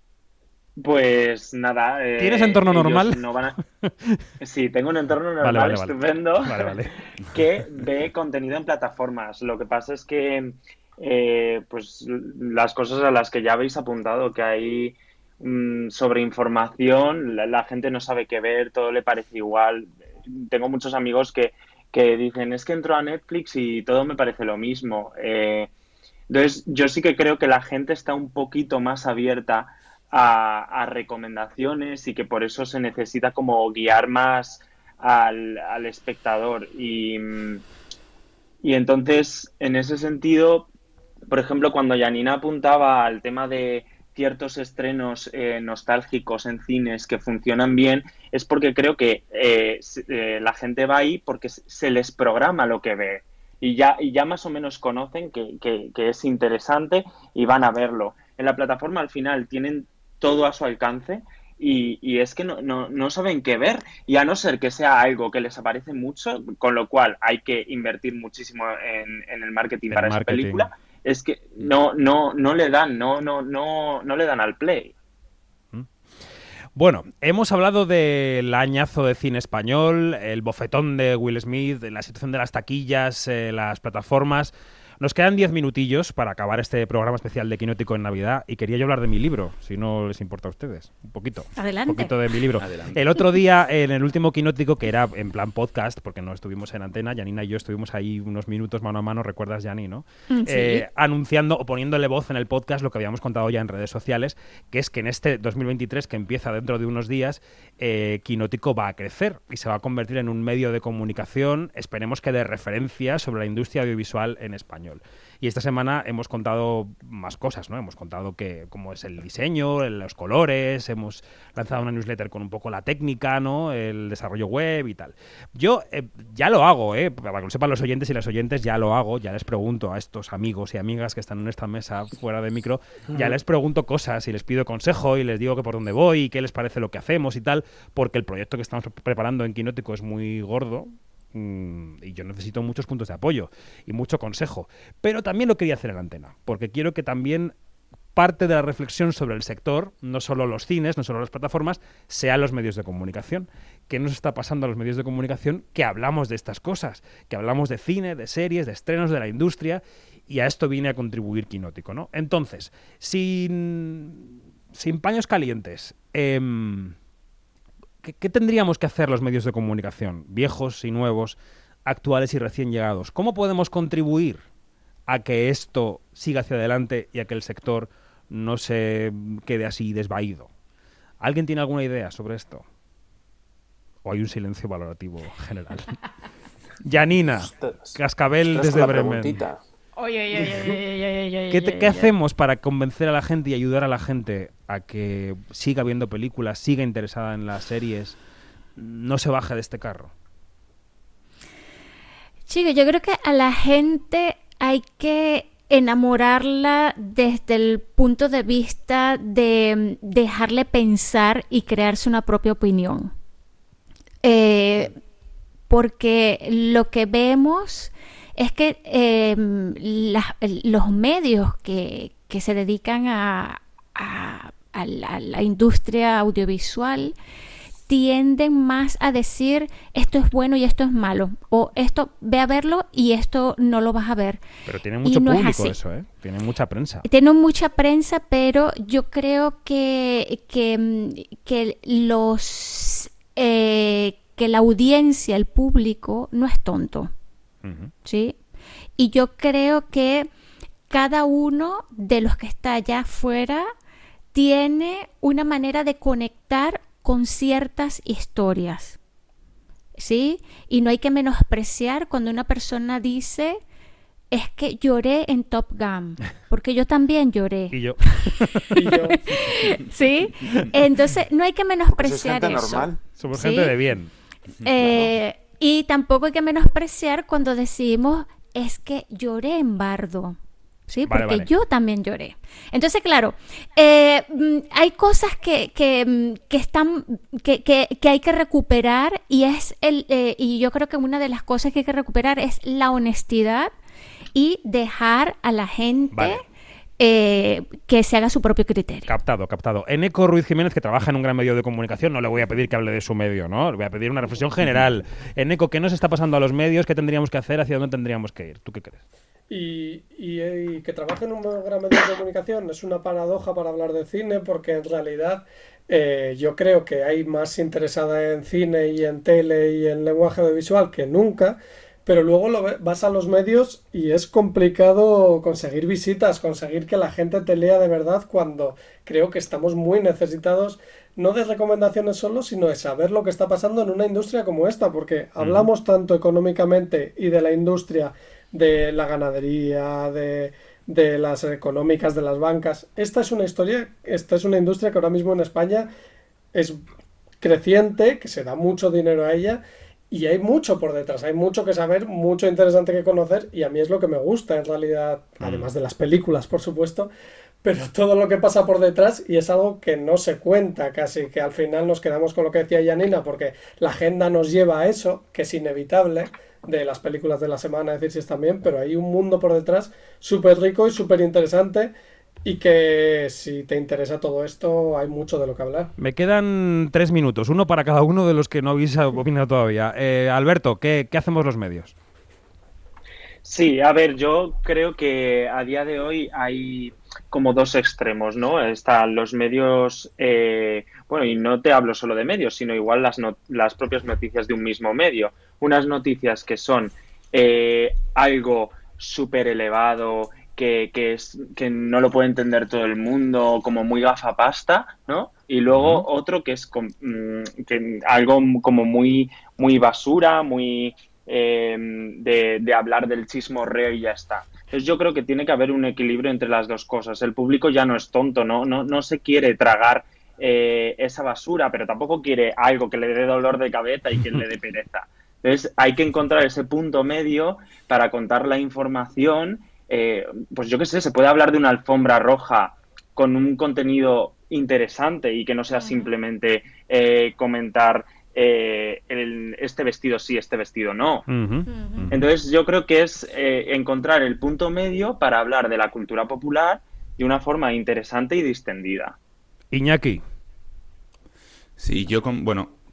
Speaker 12: Pues nada. Eh,
Speaker 1: ¿Tienes entorno normal?
Speaker 12: No van a... Sí, tengo un entorno normal
Speaker 1: vale, vale,
Speaker 12: estupendo
Speaker 1: vale, vale.
Speaker 12: que ve contenido en plataformas. Lo que pasa es que eh, pues las cosas a las que ya habéis apuntado, que hay mmm, sobreinformación, la, la gente no sabe qué ver, todo le parece igual. Tengo muchos amigos que, que dicen, es que entro a Netflix y todo me parece lo mismo. Eh, entonces, yo sí que creo que la gente está un poquito más abierta A, a recomendaciones y que por eso se necesita como guiar más al, al espectador y, y entonces en ese sentido, por ejemplo, cuando Janina apuntaba al tema de ciertos estrenos eh, nostálgicos en cines que funcionan bien, es porque creo que eh, eh, la gente va ahí porque se les programa lo que ve y ya, y ya más o menos conocen que, que, que es interesante y van a verlo. En la plataforma al final tienen todo a su alcance y, y es que no, no, no saben qué ver y a no ser que sea algo que les aparece mucho, con lo cual hay que invertir muchísimo en, en el marketing el para marketing. Esa película, es que no, no, no le dan, no, no, no, no le dan al play.
Speaker 1: Bueno, hemos hablado del añazo de cine español, el bofetón de Will Smith, la situación de las taquillas, eh, las plataformas. Nos quedan diez minutillos para acabar este programa especial de Quinótico en Navidad y quería yo hablar de mi libro, si no les importa a ustedes. Un poquito.
Speaker 8: Adelante.
Speaker 1: Un poquito de mi libro.
Speaker 9: Adelante.
Speaker 1: El otro día, en el último Quinótico, que era en plan podcast, porque no estuvimos en antena, Janina y yo estuvimos ahí unos minutos mano a mano, ¿recuerdas, Jani, no?
Speaker 8: Sí.
Speaker 1: Eh, anunciando o poniéndole voz en el podcast lo que habíamos contado ya en redes sociales, que es que en este dos mil veintitrés, que empieza dentro de unos días, eh, Quinótico va a crecer y se va a convertir en un medio de comunicación, esperemos que de referencia sobre la industria audiovisual en español. Y esta semana hemos contado más cosas, ¿no? Hemos contado que cómo es el diseño, los colores, hemos lanzado una newsletter con un poco la técnica, ¿no? El desarrollo web y tal. Yo eh, ya lo hago, ¿eh? Para que lo sepan los oyentes y las oyentes, ya lo hago. Ya les pregunto a estos amigos y amigas que están en esta mesa fuera de micro, ya les pregunto cosas y les pido consejo y les digo que por dónde voy y qué les parece lo que hacemos y tal, porque el proyecto que estamos preparando en Quinótico es muy gordo. Y yo necesito muchos puntos de apoyo y mucho consejo, pero también lo quería hacer en la antena, porque quiero que también parte de la reflexión sobre el sector, no solo los cines, no solo las plataformas, sean los medios de comunicación, qué nos está pasando a los medios de comunicación que hablamos de estas cosas, que hablamos de cine, de series, de estrenos, de la industria, y a esto viene a contribuir Quinótico, ¿no? Entonces, sin, sin paños calientes, eh, ¿qué, ¿qué tendríamos que hacer los medios de comunicación, viejos y nuevos, actuales y recién llegados? ¿Cómo podemos contribuir a que esto siga hacia adelante y a que el sector no se quede así desvaído? ¿Alguien tiene alguna idea sobre esto? ¿O hay un silencio valorativo general? Janina, Cascabel desde Bremen.
Speaker 8: Oye, oye, oye, oye, oye,
Speaker 1: ¿Qué, te, ¿Qué hacemos para convencer a la gente y ayudar a la gente a que siga viendo películas, siga interesada en las series, no se baje de este carro?
Speaker 8: Chico, yo creo que a la gente hay que enamorarla desde el punto de vista de dejarle pensar y crearse una propia opinión. Eh, porque lo que vemos es que eh, la, los medios que, que se dedican a, a, a, la, a la industria audiovisual tienden más a decir esto es bueno y esto es malo, o esto ve a verlo y esto no lo vas a ver.
Speaker 1: Pero tiene mucho
Speaker 8: no
Speaker 1: público eso, ¿eh? Tiene mucha prensa.
Speaker 8: Tiene mucha prensa, pero yo creo que, que, que los eh, que la audiencia, el público, no es tonto. Uh-huh. ¿Sí? Y yo creo que cada uno de los que está allá afuera tiene una manera de conectar con ciertas historias, ¿sí? Y no hay que menospreciar cuando una persona dice, es que lloré en Top Gun, porque yo también lloré.
Speaker 1: Y yo.
Speaker 11: y yo.
Speaker 8: ¿Sí? Entonces, no hay que menospreciar
Speaker 10: pues es gente
Speaker 8: eso.
Speaker 10: normal.
Speaker 1: Somos
Speaker 8: ¿sí?
Speaker 1: gente de bien.
Speaker 8: Eh, claro. Y tampoco hay que menospreciar cuando decimos, es que lloré en Bardo. Sí,
Speaker 1: vale,
Speaker 8: porque
Speaker 1: vale.
Speaker 8: yo también lloré. Entonces, claro, eh, hay cosas que, que, que están que, que, que hay que recuperar y es el eh, y yo creo que una de las cosas que hay que recuperar es la honestidad y dejar a la gente
Speaker 1: vale.
Speaker 8: eh, que se haga su propio criterio.
Speaker 1: Captado, captado. Eneco Ruiz Jiménez, que trabaja en un gran medio de comunicación, no le voy a pedir que hable de su medio, ¿no? Le voy a pedir una reflexión general. Eneco, ¿qué nos está pasando a los medios? ¿Qué tendríamos que hacer? ¿Hacia dónde tendríamos que ir? ¿Tú qué crees?
Speaker 11: Y, y, y que trabaje en un gran medio de comunicación es una paradoja para hablar de cine, porque en realidad eh, yo creo que hay más interesada en cine y en tele y en lenguaje audiovisual que nunca, pero luego lo ve, vas a los medios y es complicado conseguir visitas, conseguir que la gente te lea de verdad, cuando creo que estamos muy necesitados no de recomendaciones solo, sino de saber lo que está pasando en una industria como esta, porque hablamos mm. tanto económicamente y de la industria, de la ganadería, de, de las económicas, de las bancas. Esta es una historia, esta es una industria que ahora mismo en España es creciente, que se da mucho dinero a ella y hay mucho por detrás, hay mucho que saber, mucho interesante que conocer, y a mí es lo que me gusta en realidad, mm. además de las películas, por supuesto, pero todo lo que pasa por detrás, y es algo que no se cuenta casi, que al final nos quedamos con lo que decía Janina, porque la agenda nos lleva a eso, que es inevitable, de las películas de la semana, decir si están bien, pero hay un mundo por detrás súper rico y súper interesante, y que si te interesa todo esto hay mucho de lo que hablar.
Speaker 1: Me quedan tres minutos, uno para cada uno de los que no habéis opinado todavía. Eh, Alberto, ¿qué, ¿qué hacemos los medios?
Speaker 12: Sí, a ver, yo creo que a día de hoy hay como dos extremos, ¿no? Están los medios, eh, bueno, y no te hablo solo de medios, sino igual las, no, las propias noticias de un mismo medio. Unas noticias que son eh, algo súper elevado, que, que, es, que no lo puede entender todo el mundo, como muy gafapasta, ¿no? Y luego uh-huh. otro que es com, que, algo como muy, muy basura, muy... Eh, de, de hablar del chismorreo y ya está. Entonces yo creo que tiene que haber un equilibrio entre las dos cosas. El público ya no es tonto, no, no, no se quiere tragar eh, esa basura, pero tampoco quiere algo que le dé dolor de cabeza y que le dé pereza. Entonces hay que encontrar ese punto medio para contar la información. Eh, pues yo qué sé, se puede hablar de una alfombra roja con un contenido interesante y que no sea simplemente eh, comentar Eh, el, este vestido sí, este vestido no. Uh-huh. Entonces yo creo que es eh, encontrar el punto medio para hablar de la cultura popular de una forma interesante y distendida.
Speaker 1: Iñaki.
Speaker 9: Sí, yo con, bueno,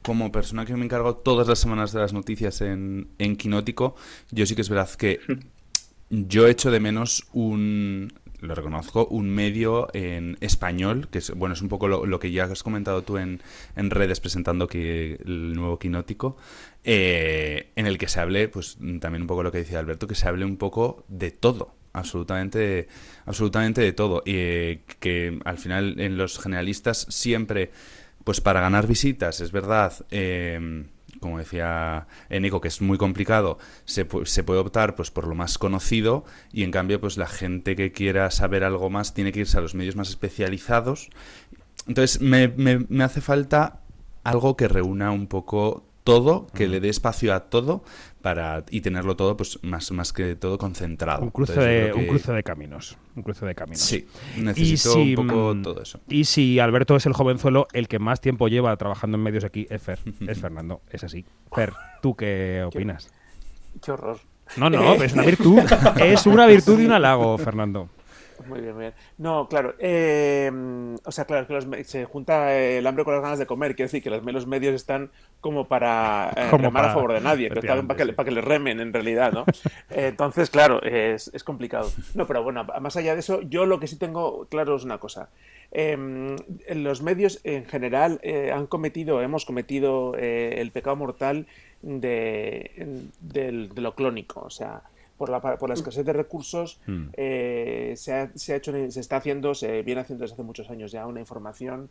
Speaker 9: como persona que me encargo todas las semanas de las noticias en, en Quinótico, yo sí que es verdad que yo echo de menos un... lo reconozco, un medio en español, que es, bueno, es un poco lo, lo que ya has comentado tú en, en redes presentando que, el nuevo Quinótico, eh, en el que se hable, pues también un poco lo que decía Alberto, que se hable un poco de todo, absolutamente, absolutamente de todo, y eh, que al final en los generalistas siempre, pues para ganar visitas, es verdad, eh, como decía Nico, que es muy complicado, se, se puede optar pues por lo más conocido, y en cambio pues la gente que quiera saber algo más tiene que irse a los medios más especializados. Entonces me, me, me hace falta algo que reúna un poco todo, que le dé espacio a todo para y tenerlo todo pues más, más que todo concentrado.
Speaker 1: Un cruce,
Speaker 9: Entonces,
Speaker 1: de,
Speaker 9: que...
Speaker 1: un cruce de caminos. Un cruce de caminos.
Speaker 9: Sí, necesito si, un poco todo eso.
Speaker 1: Y si Alberto es el jovenzuelo, el que más tiempo lleva trabajando en medios aquí es Fer, es Fernando, es así. Fer, ¿tú qué opinas?
Speaker 10: Qué, qué horror.
Speaker 1: No, no, es una virtud. Es una virtud y un halago, Fernando.
Speaker 10: Muy bien, muy bien. No, claro. Eh, o sea, claro, que los, se junta el hambre con las ganas de comer. Quiere decir que los, los medios están como para eh,
Speaker 1: como
Speaker 10: remar
Speaker 1: para,
Speaker 10: a favor de nadie, pero están para que,
Speaker 1: sí.
Speaker 10: para que le remen en realidad, ¿no? Eh, entonces, claro, es, es complicado. No, pero bueno, más allá de eso, yo lo que sí tengo claro es una cosa. Eh, los medios en general eh, han cometido, hemos cometido eh, el pecado mortal de, de, de lo clónico, o sea... Por la, por la escasez de recursos, mm. eh, se, ha, se ha hecho, se está haciendo, se viene haciendo desde hace muchos años ya una información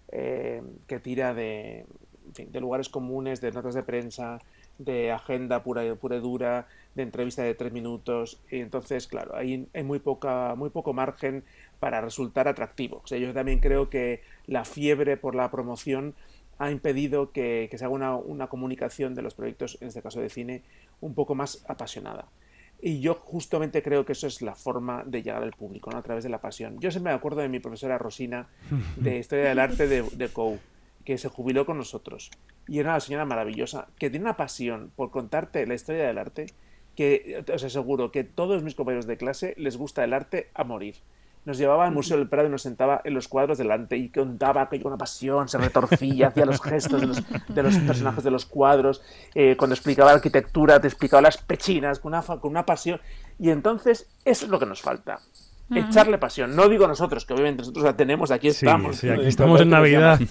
Speaker 10: eh, que tira de, en fin, de lugares comunes, de notas de prensa, de agenda pura, pura y dura, de entrevista de tres minutos. Y entonces, claro, hay, hay muy poca, muy poco margen para resultar atractivo. O sea, yo también creo que la fiebre por la promoción ha impedido que, que se haga una, una comunicación de los proyectos, en este caso de cine, un poco más apasionada. Y yo justamente creo que eso es la forma de llegar al público, ¿no? A través de la pasión. Yo siempre me acuerdo de mi profesora Rosina de Historia del Arte de, de C O U, que se jubiló con nosotros. Y era una señora maravillosa, que tiene una pasión por contarte la historia del arte, que os aseguro que todos mis compañeros de clase les gusta el arte a morir. Nos llevaba al Museo del Prado y nos sentaba en los cuadros delante y contaba aquello con una pasión, se retorcía, hacía los gestos de los, de los personajes de los cuadros, eh, cuando explicaba la arquitectura te explicaba las pechinas con una, con una pasión, y entonces eso es lo que nos falta, uh-huh. echarle pasión. No digo nosotros, que obviamente nosotros la tenemos, aquí estamos.
Speaker 1: Sí, sí, aquí estamos en Navidad.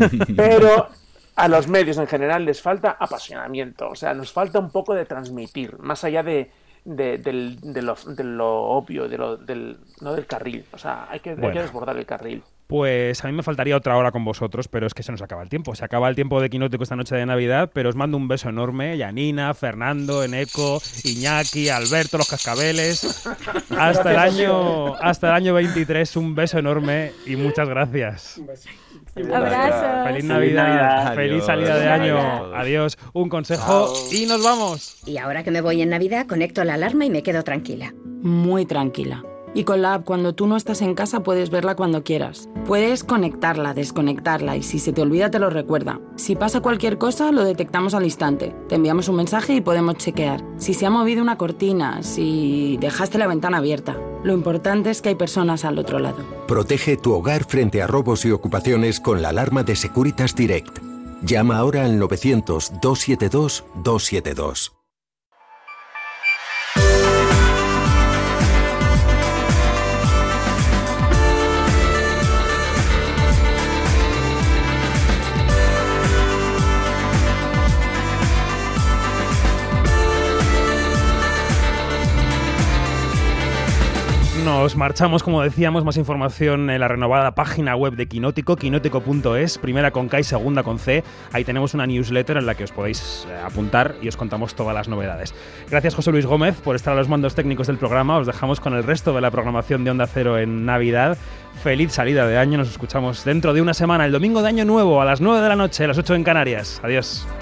Speaker 10: Pero a los medios en general les falta apasionamiento, o sea, nos falta un poco de transmitir, más allá de De, del, de, lo, de lo obvio, de lo, del, no del carril. O sea, hay que, bueno. hay que desbordar el carril.
Speaker 1: Pues a mí me faltaría otra hora con vosotros, pero es que se nos acaba el tiempo. Se acaba el tiempo de Quinótico esta noche de Navidad, pero os mando un beso enorme. Yanina, Fernando, Eneco, Iñaki, Alberto, los cascabeles. Hasta el año, hasta el año veintitrés, un beso enorme y muchas gracias.
Speaker 11: Un beso.
Speaker 8: Abrazos.
Speaker 1: Feliz Navidad,
Speaker 12: Feliz Navidad.
Speaker 1: feliz salida de año. Adiós. Un consejo y nos vamos.
Speaker 3: Y ahora que me voy en Navidad, conecto la alarma y me quedo tranquila.
Speaker 4: Muy tranquila. Y con la app, cuando tú no estás en casa, puedes verla cuando quieras. Puedes conectarla, desconectarla y si se te olvida te lo recuerda. Si pasa cualquier cosa, lo detectamos al instante. Te enviamos un mensaje y podemos chequear. Si se ha movido una cortina, si dejaste la ventana abierta. Lo importante es que hay personas al otro lado.
Speaker 5: Protege tu hogar frente a robos y ocupaciones con la alarma de Securitas Direct. Llama ahora al novecientos, doscientos setenta y dos, doscientos setenta y dos.
Speaker 1: Nos marchamos, como decíamos, más información en la renovada página web de Quinótico, quinótico punto es, primera con K y segunda con C. Ahí tenemos una newsletter en la que os podéis eh, apuntar y os contamos todas las novedades. Gracias, José Luis Gómez, por estar a los mandos técnicos del programa. Os dejamos con el resto de la programación de Onda Cero en Navidad. Feliz salida de año. Nos escuchamos dentro de una semana, el domingo de Año Nuevo, a las nueve de la noche, a las ocho en Canarias. Adiós.